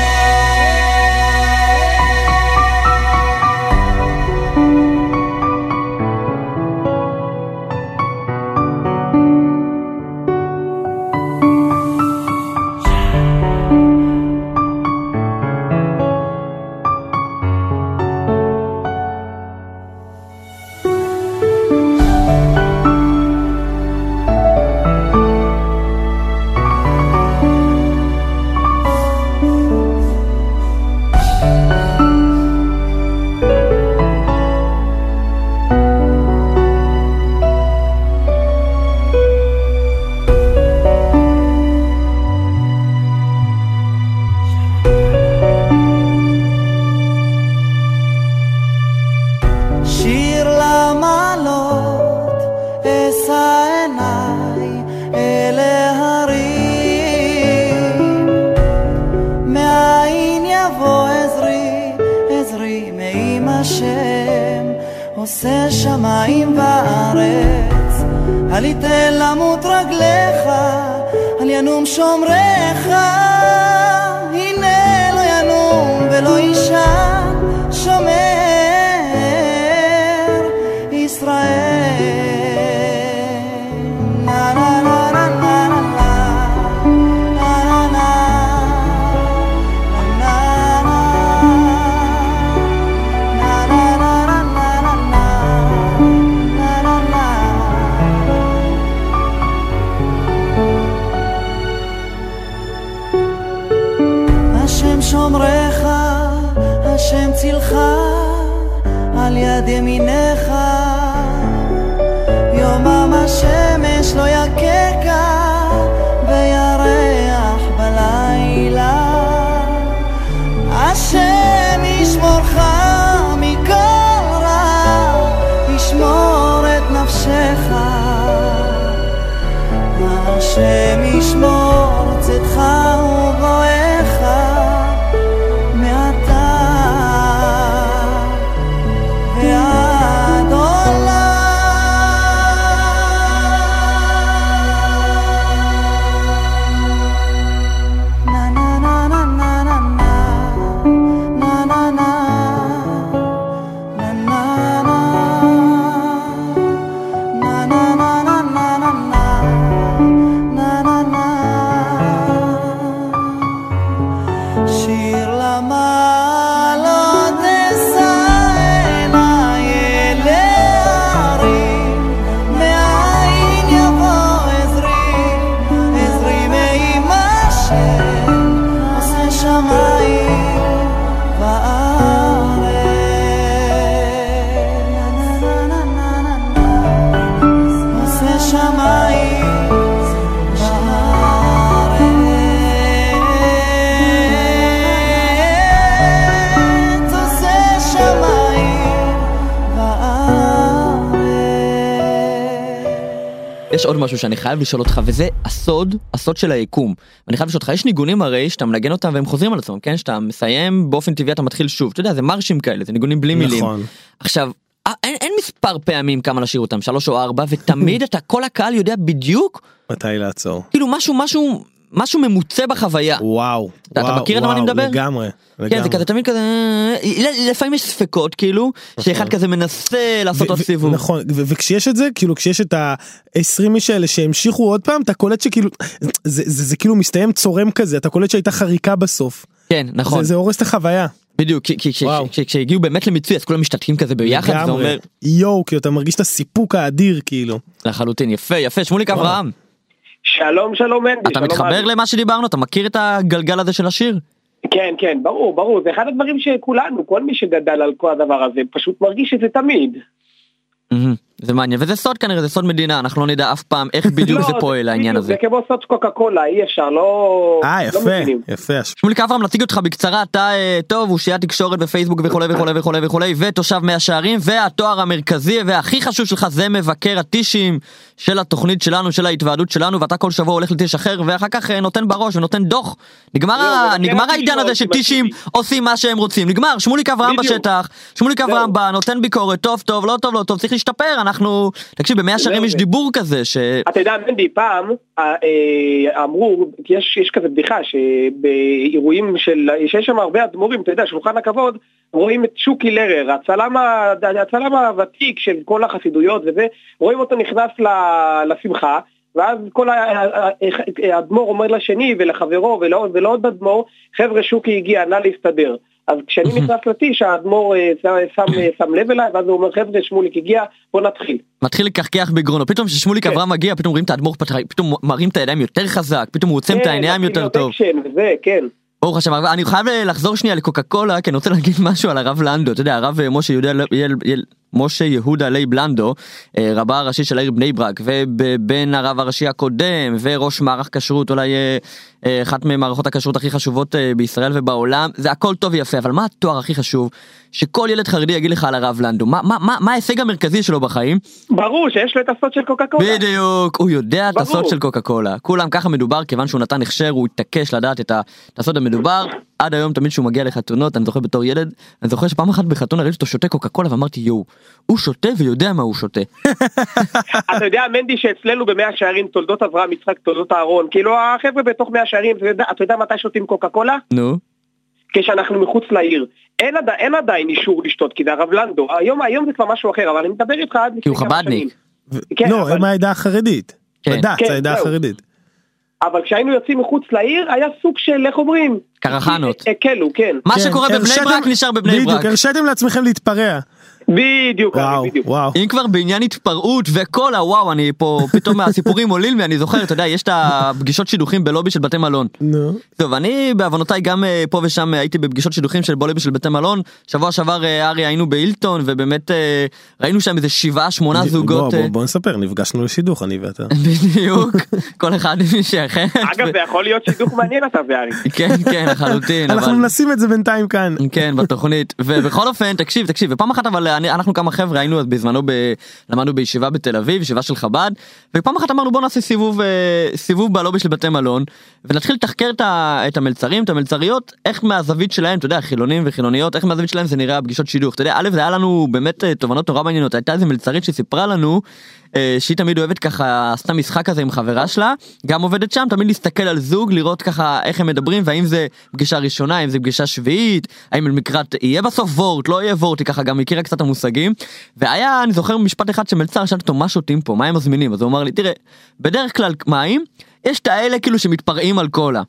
Speaker 6: עושה שמיים וארץ, אל יתן למות רגליך, אל ינום שומריך, הנה לא ינום ולא ישן שומר ישראל. נה נה נה נה נה נה שומרך, השם צילך על יד ימינך, יומם השמש לא יקקה וירח בלילה, השם ישמורך מכל רע, ישמור את נפשך, השם ישמור צאתך ובואך מעתה ועד עולם. נה נה נה נה נה נה נה נה נה
Speaker 2: יש עוד משהו שאני חייב לשאול אותך, וזה הסוד, הסוד של היקום. ואני חייב לשאול אותך, יש ניגונים הרי שאתה מנגן אותם והם חוזרים על עצמם, כן? שאתה מסיים באופן טבעי, אתה מתחיל שוב. אתה יודע, זה מרשים כאלה, זה ניגונים בלי מילים.
Speaker 3: נכון.
Speaker 2: עכשיו, אין, אין מספר פעמים כמה לשיר אותם, שלוש או ארבע, ותמיד אתה, כל הקהל יודע בדיוק
Speaker 3: מתי לעצור.
Speaker 2: כאילו משהו, משהו, משהו ממוצא בחוויה.
Speaker 3: וואו.
Speaker 2: אתה,
Speaker 3: וואו,
Speaker 2: אתה מכיר את מה אני מדבר?
Speaker 3: לגמרי.
Speaker 2: כן, זה כזה תמיד כזה, לפעמים יש ספקות כאילו, שאחד כזה מנסה לעשות עוד סיבוב.
Speaker 3: נכון, וכשיש את זה, כאילו כשיש את ה-עשרים איש האלה שהמשיכו עוד פעם, אתה קולט שכאילו, זה כאילו מסתיים צורם כזה, אתה קולט שהייתה חריקה בסוף.
Speaker 2: כן, נכון.
Speaker 3: זה הורס את החוויה.
Speaker 2: בדיוק, כי כשהגיעו באמת למיצוי, אז כולם משתתקים כזה ביחד, זה אומר...
Speaker 3: יואו, כאילו אתה מרגיש את הסיפוק האדיר כאילו.
Speaker 2: לחלוטין, יפה, יפה, שמוליק אברהם.
Speaker 5: שלום, שלום מנדי.
Speaker 2: אתה מתחבר למה שדיברנו? אתה מכיר את הגלגל הזה של השיר?
Speaker 5: כן, כן, ברור, ברור. זה אחד הדברים שכולנו, כל מי שגדל על כל הדבר הזה, פשוט מרגיש את זה תמיד.
Speaker 2: זה מעניין, וזה סוד כנראה, זה סוד מדינה, אנחנו לא נדע אף פעם איך בדיוק זה פועל העניין הזה.
Speaker 5: זה כמו סוד קוקה קולה, אי אפשר, לא...
Speaker 3: אה, יפה, יפה.
Speaker 2: שמוליק אברהם, נציג אותך בקצרה, אתה טוב, הוא שיהיה תקשורת בפייסבוק וכולי וכולי וכולי וכולי, ותושב מאה שערים, והתואר המרכזי והכי חשוב שלך זה מבקר הטישים של התוכנית שלנו, של ההתוועדות שלנו, ואתה כל שבוע הולך לטיש אחר, ואחר כך נותן בראש ונותן דוח. נגמר העידן הזה שטישים עושים מה שהם רוצים, נגמר. שמוליק אברהם בשטח, שמוליק אברהם בא, נותן ביקורת, טוב טוב, לא טוב, לא טוב, צריך להשתפר. אנחנו, תקשיב, במאה שערים יש דיבור כזה ש...
Speaker 5: אתה יודע, מנדי, פעם אמרו, יש, יש כזה בדיחה שבאירועים של, שיש שם הרבה אדמו"רים, אתה יודע, שולחן הכבוד, רואים את שוקי לרר, הצלם, הצלם הוותיק של כל החסידויות וזה, רואים אותו נכנס לשמחה, ואז כל האדמו"ר אומר לשני ולחברו ולא, ולא עוד אדמו"ר, חבר'ה שוקי הגיע, נא להסתדר. אז כשאני נכנס לטיש, האדמו"ר שם, שם לב אליי, ואז הוא אומר, חבר'ה, שמוליק הגיע, בוא נתחיל.
Speaker 2: מתחיל לקחקח בגרונו, פתאום ששמוליק אברהם מגיע, פתאום רואים את האדמו"ר, פתאום מרים את הידיים יותר חזק, פתאום הוא עוצם את העיניים יותר טוב.
Speaker 5: וזה, כן.
Speaker 2: ברוך השם, אני חייב לחזור שנייה לקוקה קולה, כי אני רוצה להגיד משהו על הרב לנדו, אתה יודע, הרב משה יהודה, משה יהודה לייב לנדו, רבה הראשי של העיר בני ברק, ובן הרב הראשי הקודם, וראש מערך כשרות, אולי אחת ממערכות הכשרות הכי חשובות בישראל ובעולם, זה הכל טוב ויפה, אבל מה התואר הכי חשוב? שכל ילד חרדי יגיד לך על הרב לנדו, מה, מה, מה, מה ההישג המרכזי שלו בחיים?
Speaker 5: ברור שיש לו את הסוד של קוקה קולה.
Speaker 2: בדיוק, הוא יודע את הסוד של קוקה קולה. כולם ככה מדובר, כיוון שהוא נתן הכשר, הוא התעקש לדעת את הסוד המדובר. עד היום תמיד שהוא מגיע לחתונות, אני זוכר בתור ילד, אני זוכר שפעם אחת בחתון הראיתי אותו שותה קוקה קולה, ואמרתי, יו, הוא שותה ויודע מה הוא שותה.
Speaker 5: אתה יודע, מנדי, שאצלנו במאה שערים, תולדות אברהם, יצחק, תולדות אהרון, כאילו החבר'ה בתוך מאה שערים, אתה יודע מתי שותים קוקה קולה?
Speaker 2: נו.
Speaker 5: כשאנחנו מחוץ לעיר. אין, עד, אין עדיין אישור לשתות, כי זה הרב לנדו. היום, היום זה כבר משהו אחר, אבל אני מדבר איתך עד
Speaker 2: כי הוא חבדניק.
Speaker 3: כן, לא, אבל... הם העדה החרדית.
Speaker 2: כן.
Speaker 3: בד"ץ,
Speaker 5: כן,
Speaker 3: העדה החרדית.
Speaker 5: אבל כשהיינו יוצאים מחוץ לעיר, היה סוג של, איך אומרים?
Speaker 2: קרחנות.
Speaker 5: הקלו, כן.
Speaker 2: מה שקורה בבני ברק נשאר בבני ברק.
Speaker 3: בדיוק, הרשיתם לעצמכם להתפרע.
Speaker 5: בדיוק,
Speaker 3: וואו,
Speaker 5: בדיוק.
Speaker 3: וואו.
Speaker 2: אם כבר בעניין התפרעות וכל הוואו, אני פה פתאום מהסיפורים עולים לי, אני זוכר, אתה יודע, יש את הפגישות שידוכים בלובי של בתי מלון.
Speaker 3: נו.
Speaker 2: טוב, אני בעוונותיי גם אה, פה ושם הייתי בפגישות שידוכים של בלובי של בתי מלון. שבוע שעבר אה, ארי היינו באילטון, ובאמת אה, ראינו שם איזה שבעה, שמונה זוגות.
Speaker 3: בוא,
Speaker 2: אה,
Speaker 3: בוא, בוא נספר, נפגשנו לשידוך, אני ואתה.
Speaker 2: בדיוק, כל אחד עם מישהי אחרת.
Speaker 5: אגב, זה יכול להיות שידוך מעניין אתה וארי.
Speaker 2: כן, כן, לחלוטין.
Speaker 3: אנחנו
Speaker 2: אבל-
Speaker 3: נשים את זה בינתיים כאן.
Speaker 2: כן, בתוכנית. ובכל אופן, תקשיב, תקשיב, ופעם אחת אבל אני, אנחנו כמה חבר'ה היינו אז בזמנו, ב, למדנו בישיבה בתל אביב, ישיבה של חב"ד, ופעם אחת אמרנו בוא נעשה סיבוב, אה, סיבוב בלובי של בתי מלון, ונתחיל לתחקר את, ה, את המלצרים, את המלצריות, איך מהזווית שלהם, אתה יודע, חילונים וחילוניות, איך מהזווית שלהם זה נראה הפגישות שידוך. אתה יודע, א', זה היה לנו באמת אה, תובנות נורא מעניינות, הייתה איזה מלצרית שסיפרה לנו, אה, שהיא תמיד אוהבת ככה, עשתה משחק כזה עם חברה שלה, גם עובדת שם, תמיד להסתכל על זוג, לראות ככה איך הם מדברים, והאם זה פגישה ראשונה, האם זה פגישה שביעית, האם למקרת יהיה בסוף וורט, לא יהיה וורט, היא ככה גם הכירה קצת המושגים, והיה, אני זוכר משפט אחד שמלצר, שאלתי אותו, מה שותים פה, מה הם מזמינים? אז הוא אמר לי, תראה, בדרך כלל מים, יש את האלה כאילו שמתפרעים על קולה,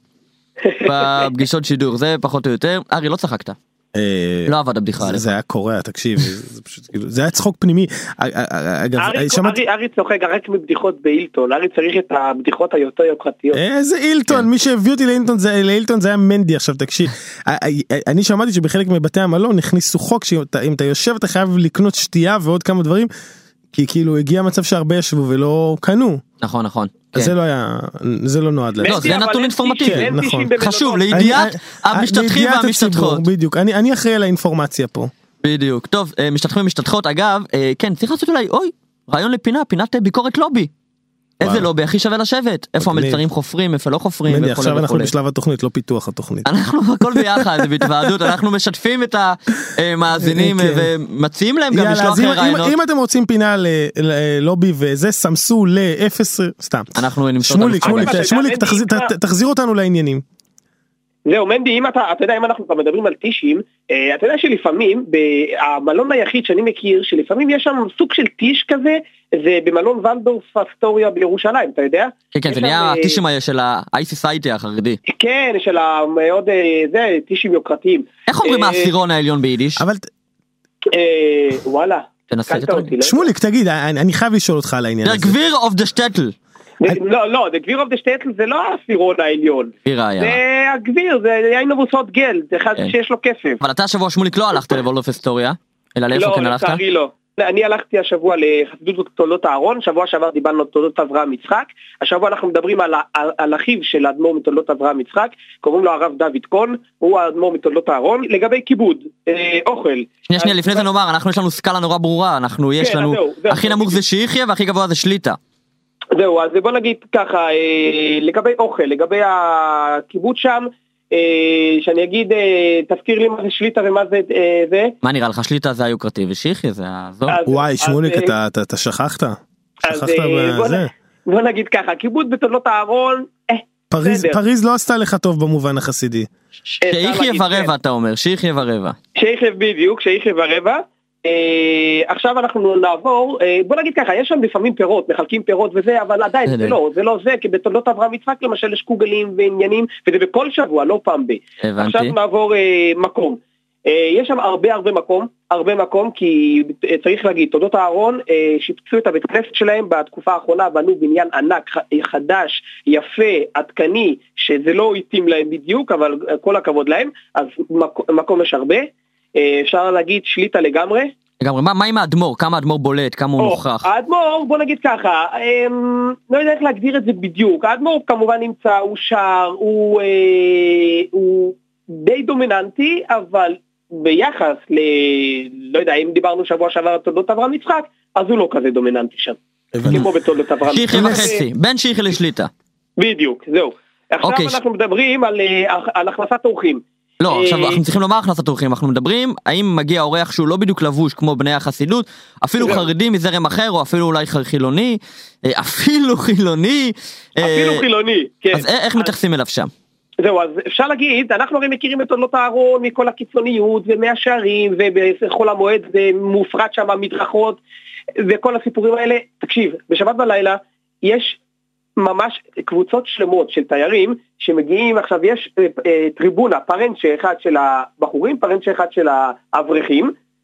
Speaker 2: בפגישות שידור, זה פחות או יותר. ארי, לא צחקת. לא עבד הבדיחה עליך.
Speaker 3: זה היה קורע, תקשיב, זה פשוט כאילו, זה היה צחוק פנימי. אגב, שמעתי...
Speaker 5: ארי צוחק רק מבדיחות באילטון, ארי צריך את הבדיחות היותר יוקרתיות.
Speaker 3: איזה אילטון, מי שהביא אותי לאילטון זה, לאילטון זה היה מנדי. עכשיו תקשיב, אני שמעתי שבחלק מבתי המלון הכניסו חוק שאם אתה יושב אתה חייב לקנות שתייה ועוד כמה דברים, כי כאילו הגיע מצב שהרבה ישבו ולא קנו.
Speaker 2: נכון, נכון.
Speaker 3: זה לא היה, זה לא נועד לזה.
Speaker 2: לא, זה נתון אינפורמטיבי.
Speaker 3: נכון.
Speaker 2: חשוב, לידיעת המשתתחים והמשתתחות.
Speaker 3: בדיוק, אני אחראי על האינפורמציה פה.
Speaker 2: בדיוק. טוב, משתתחים ומשתתחות, אגב, כן, צריך לעשות אולי, אוי, רעיון לפינה, פינת ביקורת לובי. איזה לובי הכי שווה לשבת? איפה המלצרים חופרים, איפה לא חופרים.
Speaker 3: מנדי, עכשיו אנחנו בשלב התוכנית, לא פיתוח התוכנית.
Speaker 2: אנחנו הכל ביחד, זה בהתוועדות, אנחנו משתפים את המאזינים ומציעים להם גם לשלוח רעיונות.
Speaker 3: אם אתם רוצים פינה ללובי וזה, סמסו לאפס, סתם.
Speaker 2: אנחנו נמצא
Speaker 3: שמוליק, שמוליק, תחזיר אותנו לעניינים.
Speaker 5: זהו, מנדי, אם אתה, אתה יודע, אם אנחנו כבר מדברים על טישים, אתה יודע שלפעמים, במלון היחיד שאני מכיר, שלפעמים יש שם סוג של טיש כזה, זה במלון ולדורף אסטוריה בירושלים, אתה יודע?
Speaker 2: כן, כן, זה נהיה הטישים של ה-איי סוסייטי החרדי.
Speaker 5: כן, של המאוד, זה, טישים יוקרתיים.
Speaker 2: איך אומרים העשירון העליון ביידיש?
Speaker 3: אבל...
Speaker 5: וואלה.
Speaker 3: שמוליק, תגיד, אני חייב לשאול אותך על העניין הזה.
Speaker 2: Der Gewirr of the Shtetl.
Speaker 5: לא, לא, The Gewirr of the Shtetl זה לא העשירון העליון. זה הגביר, זה יין מבוסות גל, זה אחד שיש לו כסף.
Speaker 2: אבל אתה השבוע שמוליק לא הלכת לוולדורף אסטוריה, אלא לאיפה כן הלכת?
Speaker 5: לא, לצערי לא. אני הלכתי השבוע לחסידות תולדות אהרון, שבוע שעבר דיברנו על תולדות אברהם יצחק, השבוע אנחנו מדברים על, על, על אחיו של האדמו"ר מתולדות אברהם יצחק, קוראים לו הרב דוד קון, הוא האדמו"ר מתולדות אהרון, לגבי כיבוד, אה, אוכל.
Speaker 2: שנייה, שנייה, לפני זה נאמר, אנחנו יש לנו סקאלה נורא ברורה, אנחנו, יש לנו, הכי נמוך זה שיחיה והכי גבוה זה שליטה.
Speaker 5: זהו, אז בוא נגיד ככה, אה, לגבי אוכל, לגבי הכיבוד שם, שאני אגיד, תזכיר לי מה זה שליטה ומה זה זה.
Speaker 2: מה נראה לך, שליטה זה היוקרתי ושיחי זה הזו?
Speaker 3: וואי, שמוליק, אתה שכחת? שכחת בזה?
Speaker 5: בוא נגיד ככה, כיבוד בתולדות אהרון,
Speaker 3: פריז לא עשתה לך טוב במובן החסידי.
Speaker 2: שיחיה ורבע אתה אומר, שיחיה ורבע.
Speaker 5: שיחיה בדיוק, שיחיה ורבע. עכשיו אנחנו נעבור, בוא נגיד ככה, יש שם לפעמים פירות, מחלקים פירות וזה, אבל עדיין זה לא, זה לא זה, כי בתולדות אברהם יצחק למשל יש קוגלים ועניינים, וזה בכל שבוע, לא פעם ב. עכשיו נעבור מקום. יש שם הרבה הרבה מקום, הרבה מקום, כי צריך להגיד, תולדות אהרון שיפצו את הבית כנסת שלהם בתקופה האחרונה, בנו בניין ענק, חדש, יפה, עדכני, שזה לא התאים להם בדיוק, אבל כל הכבוד להם, אז מקום יש הרבה. אפשר להגיד שליטה לגמרי.
Speaker 2: לגמרי, מה, מה עם האדמו"ר? כמה האדמו"ר בולט? כמה הוא נוכח?
Speaker 5: האדמו"ר, בוא נגיד ככה, לא יודע איך להגדיר את זה בדיוק. האדמו"ר כמובן נמצא, הוא שר, הוא, הוא די דומיננטי, אבל ביחס ל... לא יודע, אם דיברנו שבוע שעבר על תולדות אברהם יצחק, אז הוא לא כזה דומיננטי שם. כמו בתולדות אברהם יצחק.
Speaker 2: שיחי וחצי, בין שיחי לשליטה.
Speaker 5: בדיוק, זהו. עכשיו אנחנו מדברים על הכנסת אורחים.
Speaker 2: לא, עכשיו אנחנו צריכים לומר הכנסת אורחים, אנחנו מדברים האם מגיע אורח שהוא לא בדיוק לבוש כמו בני החסידות, אפילו חרדי מזרם אחר, או אפילו אולי חילוני, אפילו חילוני.
Speaker 5: אפילו חילוני, כן.
Speaker 2: אז איך מתייחסים אליו שם?
Speaker 5: זהו, אז אפשר להגיד, אנחנו הרי מכירים את תולדות אהרון מכל הקיצוניות ומהשערים, ובחול המועד מופרד שם מדרכות, וכל הסיפורים האלה. תקשיב, בשבת בלילה יש ממש קבוצות שלמות של תיירים שמגיעים, עכשיו יש אה, אה, טריבונה, פרנצ'ה אחד של הבחורים, פרנצ'ה אחד של האברכים,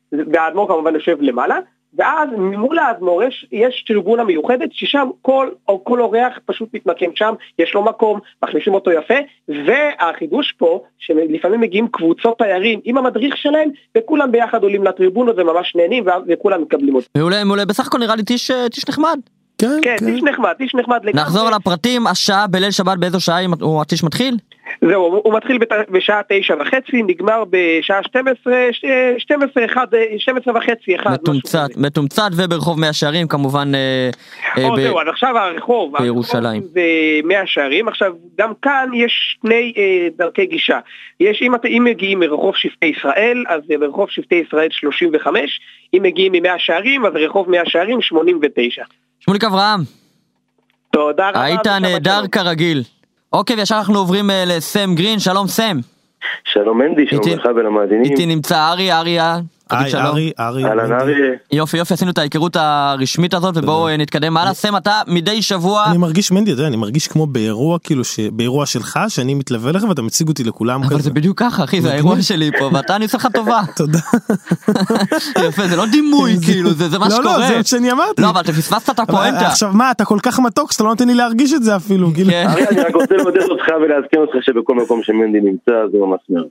Speaker 7: והאדמו"ר כמובן יושב למעלה, ואז ממול האדמו"ר יש, יש טריבונה מיוחדת, ששם כל, או כל אורח פשוט מתמקם שם, יש לו מקום, מכניסים אותו יפה, והחידוש פה, שלפעמים מגיעים קבוצות תיירים עם המדריך שלהם, וכולם ביחד עולים לטריבונות וממש נהנים, וכולם מקבלים אותו.
Speaker 2: מעולה, מעולה, בסך הכל נראה לי תיש, תיש נחמד.
Speaker 7: כן, כן, תיש נחמד, תיש נחמד לגמרי.
Speaker 2: נחזור על הפרטים, השעה בליל שבת באיזו שעה הוא התיש מתחיל?
Speaker 7: זהו, הוא מתחיל בשעה תשע וחצי, נגמר בשעה שתים עשרה, שתים עשרה, אחד, שתים עשרה וחצי, אחד.
Speaker 2: מתומצת, מתומצת, וברחוב מאה שערים כמובן
Speaker 7: זהו, אז עכשיו הרחוב,
Speaker 2: בירושלים.
Speaker 7: זה מאה שערים, עכשיו גם כאן יש שני דרכי גישה. יש, אם מגיעים מרחוב שבטי ישראל, אז ברחוב שבטי ישראל שלושים וחמש, אם מגיעים ממאה שערים, אז רחוב מאה שערים שמונים ותשע.
Speaker 2: שמוליק אברהם.
Speaker 7: תודה רבה.
Speaker 2: היית נהדר כרגיל. אוקיי, וישר אנחנו עוברים לסם גרין, שלום סם.
Speaker 8: שלום מנדי, שלום לך ולמאזינים.
Speaker 2: איתי נמצא ארי, אריה.
Speaker 3: היי, ארי, ארי.
Speaker 8: אהלן אריה.
Speaker 2: יופי, יופי, עשינו את ההיכרות הרשמית הזאת, ובואו נתקדם הלאה. סם, אתה מדי שבוע...
Speaker 3: אני מרגיש, מנדי, אתה יודע, אני מרגיש כמו באירוע, כאילו, באירוע שלך, שאני מתלווה לך ואתה מציג אותי לכולם כזה.
Speaker 2: אבל זה בדיוק ככה, אחי, זה האירוע שלי פה, ואתה אני עושה לך טובה.
Speaker 3: תודה.
Speaker 2: יפה, זה לא דימוי, כאילו, זה מה שקורה.
Speaker 3: לא, לא, זה מה שאני אמרתי.
Speaker 2: לא, אבל אתה פספסת את הפואנטה.
Speaker 3: עכשיו, מה, אתה כל כך מתוק, שאתה לא נותן לי להרגיש את זה אפילו.
Speaker 8: אריה, אני רק רוצה להודד אותך ולהזכיר אותך שבכל מקום שמנדי נמצא, זה ממש מר.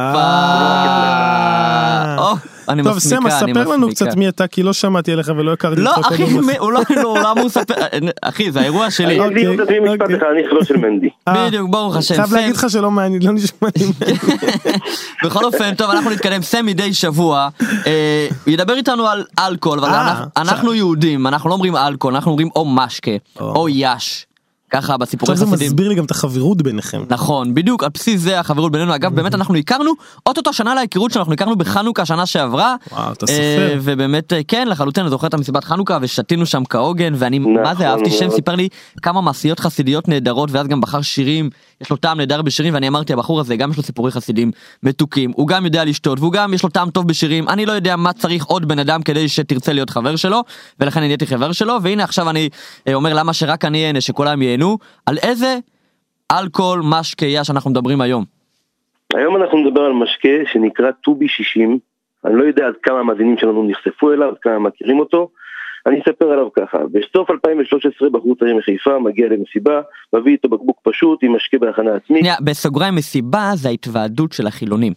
Speaker 3: טוב, סם, ספר לנו קצת מי אתה, כי לא שמעתי עליך ולא הכרתי
Speaker 2: לא, אחי, הוא לא, לא אמור לספר, אחי, זה האירוע שלי.
Speaker 8: אני אגיד את זה משפט אחד, אני חלו של מנדי.
Speaker 2: בדיוק, ברוך השם.
Speaker 3: חייב להגיד לך שלא מעניין, לא נשמע לי.
Speaker 2: בכל אופן, טוב, אנחנו נתקדם, סם מדי שבוע, ידבר איתנו על אלכוהול, אבל אנחנו יהודים, אנחנו לא אומרים אלכוהול, אנחנו אומרים או משקה, או יש. ככה בסיפורי חסידים.
Speaker 3: עכשיו זה מסביר לי גם את החברות ביניכם.
Speaker 2: נכון, בדיוק, על בסיס זה החברות בינינו. אגב, באמת אנחנו הכרנו, אוטוטו שנה להיכרות שאנחנו הכרנו בחנוכה שנה שעברה.
Speaker 3: וואו, אתה סופר.
Speaker 2: ובאמת, כן, לחלוטין, אני זוכר את המסיבת חנוכה, ושתינו שם כהוגן, ואני, מה זה, אהבתי שם, סיפר לי כמה מעשיות חסידיות נהדרות, ואז גם בחר שירים, יש לו טעם נהדר בשירים, ואני אמרתי, הבחור הזה, גם יש לו סיפורי חסידים מתוקים, הוא גם יודע לשתות, והוא גם יש לו טעם טוב בשירים. אני לא יודע מה צריך עוד בן אדם כדי שתרצה להיות חבר שלו, ולכן אני הייתי חבר שלו, והנה עכשיו אני אומר למה שרק אני ייהנה, שכולם ייהנו. על איזה אלכוהול משקה יש אנחנו מדברים היום?
Speaker 8: היום אנחנו מדבר על משקה שנקרא טובי שישים. אני לא יודע עד כמה המאזינים שלנו נחשפו אליו, עד כמה מכירים אותו. אני אספר עליו ככה. בסוף אלפיים ושלוש עשרה בחור צעיר מחיפה מגיע למסיבה, מביא איתו בקבוק פשוט עם משקה בהכנה עצמית.
Speaker 2: בסוגריים, מסיבה זה ההתוועדות של החילונים.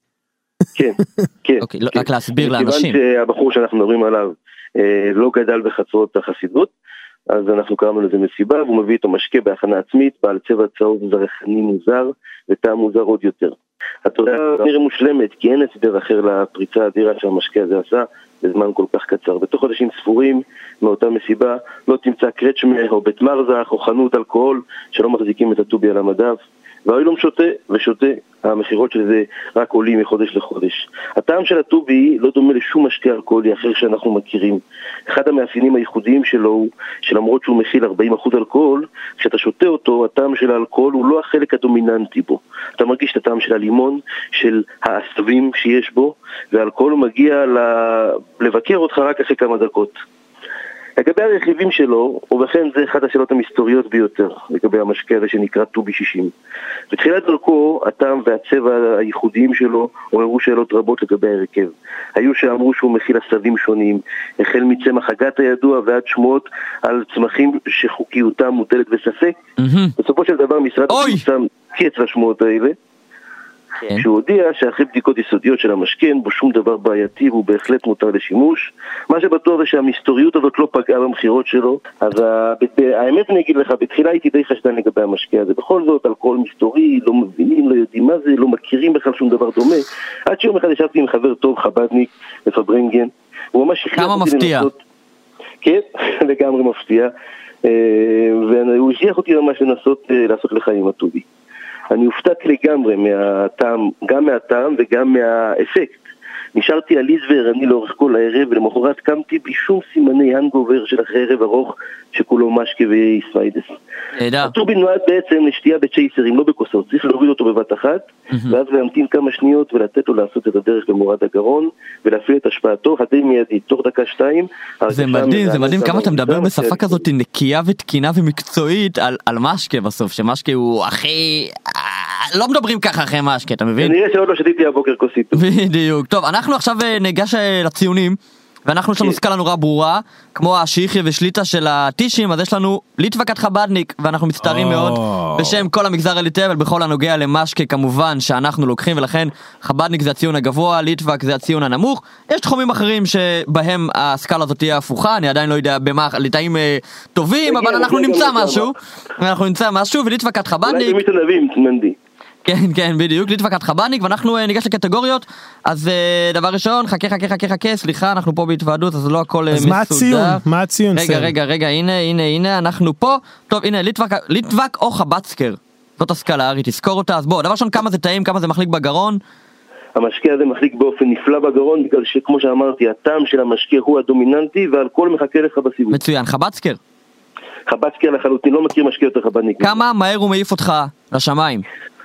Speaker 8: כן, כן.
Speaker 2: אוקיי, רק להסביר לאנשים.
Speaker 8: מכיוון שהבחור שאנחנו מדברים עליו לא גדל בחצרות החסידות, אז אנחנו קראנו לזה מסיבה, והוא מביא איתו משקה בהכנה עצמית, בעל צבע צהוב זרחני מוזר, וטעם מוזר עוד יותר. התורה נראה מושלמת, כי אין הסבר אחר לפריצה האדירה שהמשקה הזה עשה, בזמן כל כך קצר. בתוך חודשים ספורים מאותה מסיבה, לא תמצא קרצ'מה או בית מרזח או חנות אלכוהול, שלא מחזיקים את הטובי על המדף, והאילום שותה ושותה, המחירות של זה רק עולים מחודש לחודש. הטעם של הטובי לא דומה לשום משקה אלכוהולי אחר שאנחנו מכירים. אחד המאפיינים הייחודיים שלו הוא שלמרות שהוא מכיל ארבעים אחוז אלכוהול, כשאתה שותה אותו, הטעם של האלכוהול הוא לא החלק הדומיננטי בו. אתה מרגיש את הטעם של הלימון, של העשבים שיש בו, והאלכוהול מגיע לבקר אותך רק אחרי כמה דקות. לגבי הרכיבים שלו, ובכן זה אחת השאלות המסתוריות ביותר, לגבי המשקה הזה שנקרא טובי שישים. בתחילת דרכו, הטעם והצבע הייחודיים שלו עוררו שאלות רבות לגבי הרכב. היו שאמרו שהוא מכיל עשבים שונים, החל מצמח הגת הידוע ועד שמועות על צמחים שחוקיותם מוטלת בספק. Mm-hmm. בסופו של דבר משרד הבריאות שם קץ לשמועות האלה. כן. שהוא הודיע שאחרי בדיקות יסודיות של המשקה אין בו שום דבר בעייתי והוא בהחלט מותר לשימוש. מה שבטוח זה שהמסתוריות הזאת לא פגעה במחירות שלו. אז האמת אני אגיד לך, בתחילה הייתי די חשדן לגבי המשקה הזה. בכל זאת, אלכוהול מסתורי, לא מבינים, לא יודעים מה זה, לא מכירים בכלל שום דבר דומה. עד שיום אחד ישבתי עם חבר טוב, חבדניק, בפברנגן. הוא ממש
Speaker 2: כמה מפתיע.
Speaker 8: לנסות... כן, לגמרי מפתיע. והוא השליח אותי ממש לנסות לעשות לחיים עם הטובי. אני הופתעת לגמרי מהטעם, גם מהטעם וגם מהאפקט. נשארתי עליז וערני לאורך כל הערב, ולמחרת קמתי בשום סימני הנגובר של אחרי ערב ארוך שכולו משקה ויספיידס. הטובי נועד בעצם לשתייה בצ'ייסרים, לא בכוסות, צריך להוריד אותו בבת אחת, ואז להמתין כמה שניות ולתת לו לעשות את הדרך במורד הגרון, ולהפעיל את השפעתו הדי מיידית, תוך דקה שתיים.
Speaker 2: זה מדהים, זה מדהים כמה אתה מדבר בשפה כזאת נקייה ותקינה ומקצועית על משקה בסוף, שמשקה הוא הכי לא מדברים ככה אחרי משקה, אתה מבין?
Speaker 8: כנראה שעוד לא שתיתי הבוקר כוסית.
Speaker 2: בדיוק. טוב, אנחנו עכשיו ניגש לציונים, ואנחנו יש לנו סקאלה נורא ברורה, כמו השיחיה ושליטה של הטישים, אז יש לנו ליטווקת חבדניק, ואנחנו מצטערים מאוד בשם כל המגזר הליטאי, אבל בכל הנוגע למשקה כמובן שאנחנו לוקחים, ולכן חבדניק זה הציון הגבוה, ליטווק זה הציון הנמוך. יש תחומים אחרים שבהם הסקאלה הזאת תהיה הפוכה, אני עדיין לא יודע במה, ליטאים טובים, אבל אנחנו נמצא משהו, אנחנו נמצא משהו, וליטווקת חבדניק.
Speaker 8: אולי תמיד תלווים, מנדי.
Speaker 2: כן, כן, בדיוק, ליטווקת חבדניק, ואנחנו ניגש לקטגוריות. אז דבר ראשון, חכה, חכה, חכה, חכה, סליחה, אנחנו פה בהתוועדות, אז לא הכל מסודר.
Speaker 3: אז מה הציון? מה הציון?
Speaker 2: רגע, רגע, רגע, הנה, הנה, הנה, אנחנו פה. טוב, הנה, ליטווק או חבצקר. זאת הסקאלה, ארי, תזכור אותה. אז בוא, דבר ראשון, כמה זה טעים, כמה זה מחליק בגרון?
Speaker 8: המשקה הזה מחליק באופן נפלא בגרון, בגלל שכמו שאמרתי, הטעם של המשקה הוא הדומיננטי, והכל מחכה לך בסיבוב.
Speaker 2: מצוין, חבצקר.
Speaker 8: חבצקר לחלוטין, לא מכיר משקה יותר חבדניק.
Speaker 2: כמה מהר הוא מעיף אותך לשמיים?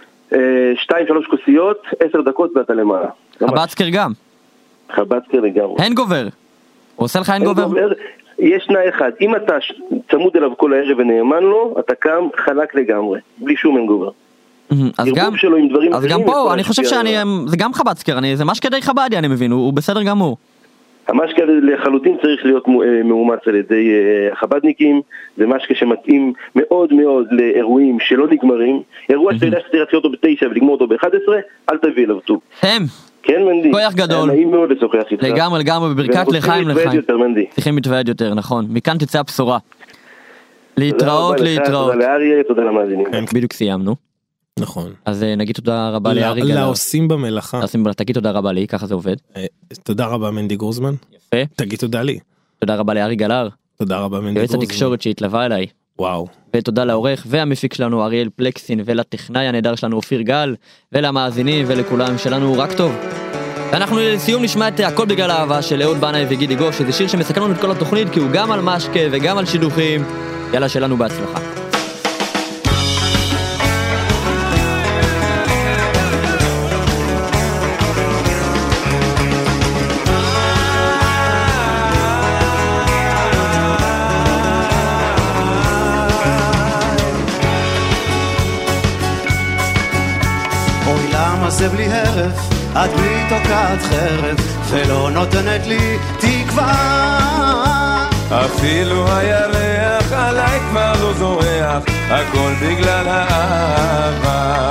Speaker 8: שתיים, שלוש כוסיות, עשר דקות ואתה למעלה.
Speaker 2: חבצקר גם?
Speaker 8: חבצקר לגמרי.
Speaker 2: הנגובר? הוא עושה לך הנגובר?
Speaker 8: יש תנאי אחד, אם אתה צמוד אליו כל הערב ונאמן לו, אתה קם חלק לגמרי, בלי שום הנגובר.
Speaker 2: אז גם, אז גם פה, אני חושב שאני, זה גם חבצקר, זה משקה די חבדי, אני מבין, הוא בסדר גמור.
Speaker 8: המשקה לחלוטין צריך להיות מאומץ על ידי החבדניקים, זה משקה שמתאים מאוד מאוד לאירועים שלא נגמרים, אירוע שאתה יודע שצריך להתחיל אותו בתשע ולגמור אותו ב-אחת עשרה, אל תביא אליו טוב.
Speaker 2: הם.
Speaker 8: כן, מנדי.
Speaker 2: כוח גדול.
Speaker 8: נעים מאוד לשוחח איתך.
Speaker 2: לגמרי, לגמרי, בברכת לחיים לחיים. צריכים מתוועד יותר, נכון. מכאן תצא הבשורה. להתראות, להתראות.
Speaker 8: תודה לאריה, תודה למאזינים.
Speaker 2: בדיוק סיימנו.
Speaker 3: נכון.
Speaker 2: אז נגיד תודה רבה לארי גלר.
Speaker 3: לעושים במלאכה.
Speaker 2: תגיד תודה רבה לי, ככה זה עובד.
Speaker 3: תודה רבה מנדי גרוזמן.
Speaker 2: יפה.
Speaker 3: תגיד תודה לי.
Speaker 2: תודה רבה לארי גלר.
Speaker 3: תודה רבה מנדי גרוזמן.
Speaker 2: יועץ התקשורת שהתלווה אליי.
Speaker 3: וואו.
Speaker 2: ותודה לעורך והמפיק שלנו אריאל פלקסין, ולטכנאי הנהדר שלנו אופיר גל, ולמאזינים ולכולם שלנו רק טוב. ואנחנו לסיום נשמע את הכל בגלל האהבה של אהוד בנאי וגידי גוש, שזה שיר שמסכם לנו את כל התוכנית, כי הוא גם על משקה וגם על שידוכים. יאללה, שלנו בהצלחה.
Speaker 9: זה בלי הרף, את בלי תוקעת חרב, ולא נותנת לי תקווה.
Speaker 10: אפילו הירח עליי כבר לא זורח, הכל בגלל האהבה.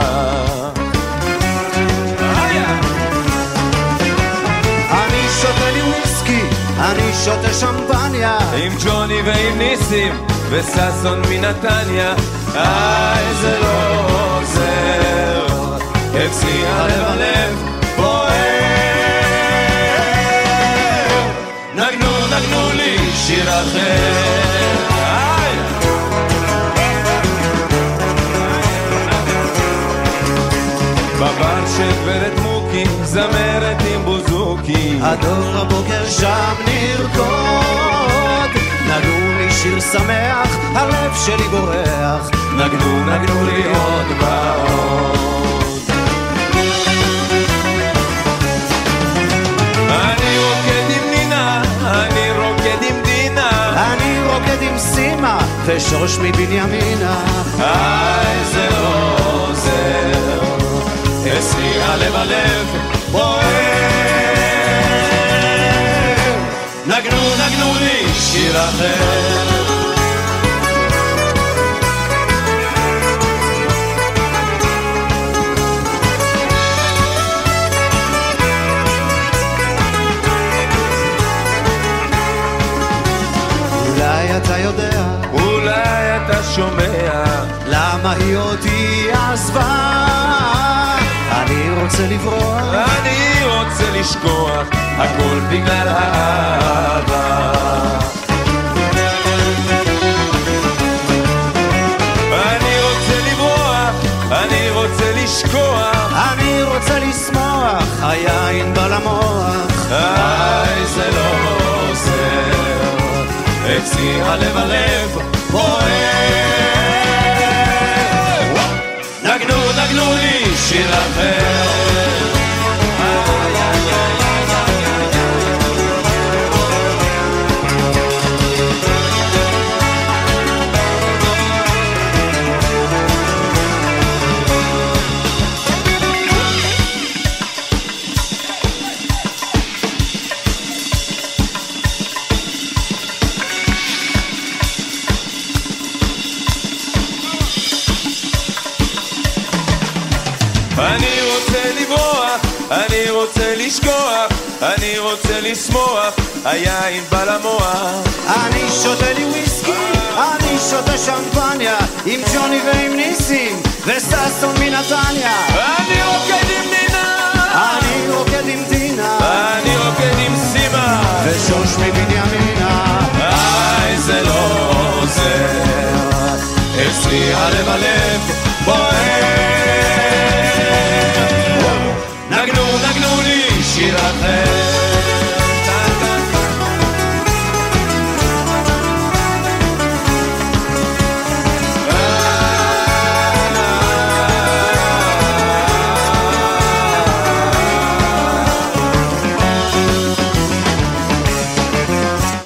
Speaker 9: אני שותה לי וויסקי, אני שותה שמפניה,
Speaker 10: עם ג'וני ועם ניסים, וססון מנתניה. איי זה לא עוזר, אצלי הלב הלב בוער. נגנו נגנו לי שיר אחר. בבר של גברת מוקי, זמרת עם בוזוקי,
Speaker 9: הדור הבוקר שם נרקוד. נגנו לי שיר שמח, הלב שלי בורח.
Speaker 10: נגנו נגנו לי עוד ועוד. אני רוקד עם נינה, אני רוקד עם דינה,
Speaker 9: אני רוקד עם סימה ושוש מבנימינה.
Speaker 10: איי זה לא עוזר, אצלי הלב הלב בוער. נגנו נגנו לי שיר אחר.
Speaker 9: אתה יודע,
Speaker 10: אולי אתה שומע,
Speaker 9: למה היא אותי עזבה. אני רוצה לברוח,
Speaker 10: אני רוצה לשכוח, הכל בגלל האהבה. אני רוצה לברוח, אני רוצה לשכוח,
Speaker 9: אני רוצה לשמוח, היין בא למוח.
Speaker 10: איי זה לא עוזר, אצלי הלב הלב בוער. נגנו נגנו לי שיר אחר. אני רוצה לברוח, אני רוצה לשכוח, אני רוצה לשמוח, היין בא למוח.
Speaker 9: אני שותה לי וויסקי, אני שותה שמפניה, עם ג'וני ועם ניסים, וססון מנתניה.
Speaker 10: אני רוקד עם נינה,
Speaker 9: אני רוקד עם דינה,
Speaker 10: אני רוקד עם סימה,
Speaker 9: ושוש מבנימינה.
Speaker 10: איי זה לא עוזר, אצלי הלב הלב בוער. נגנו נגנו לי שיר אחר,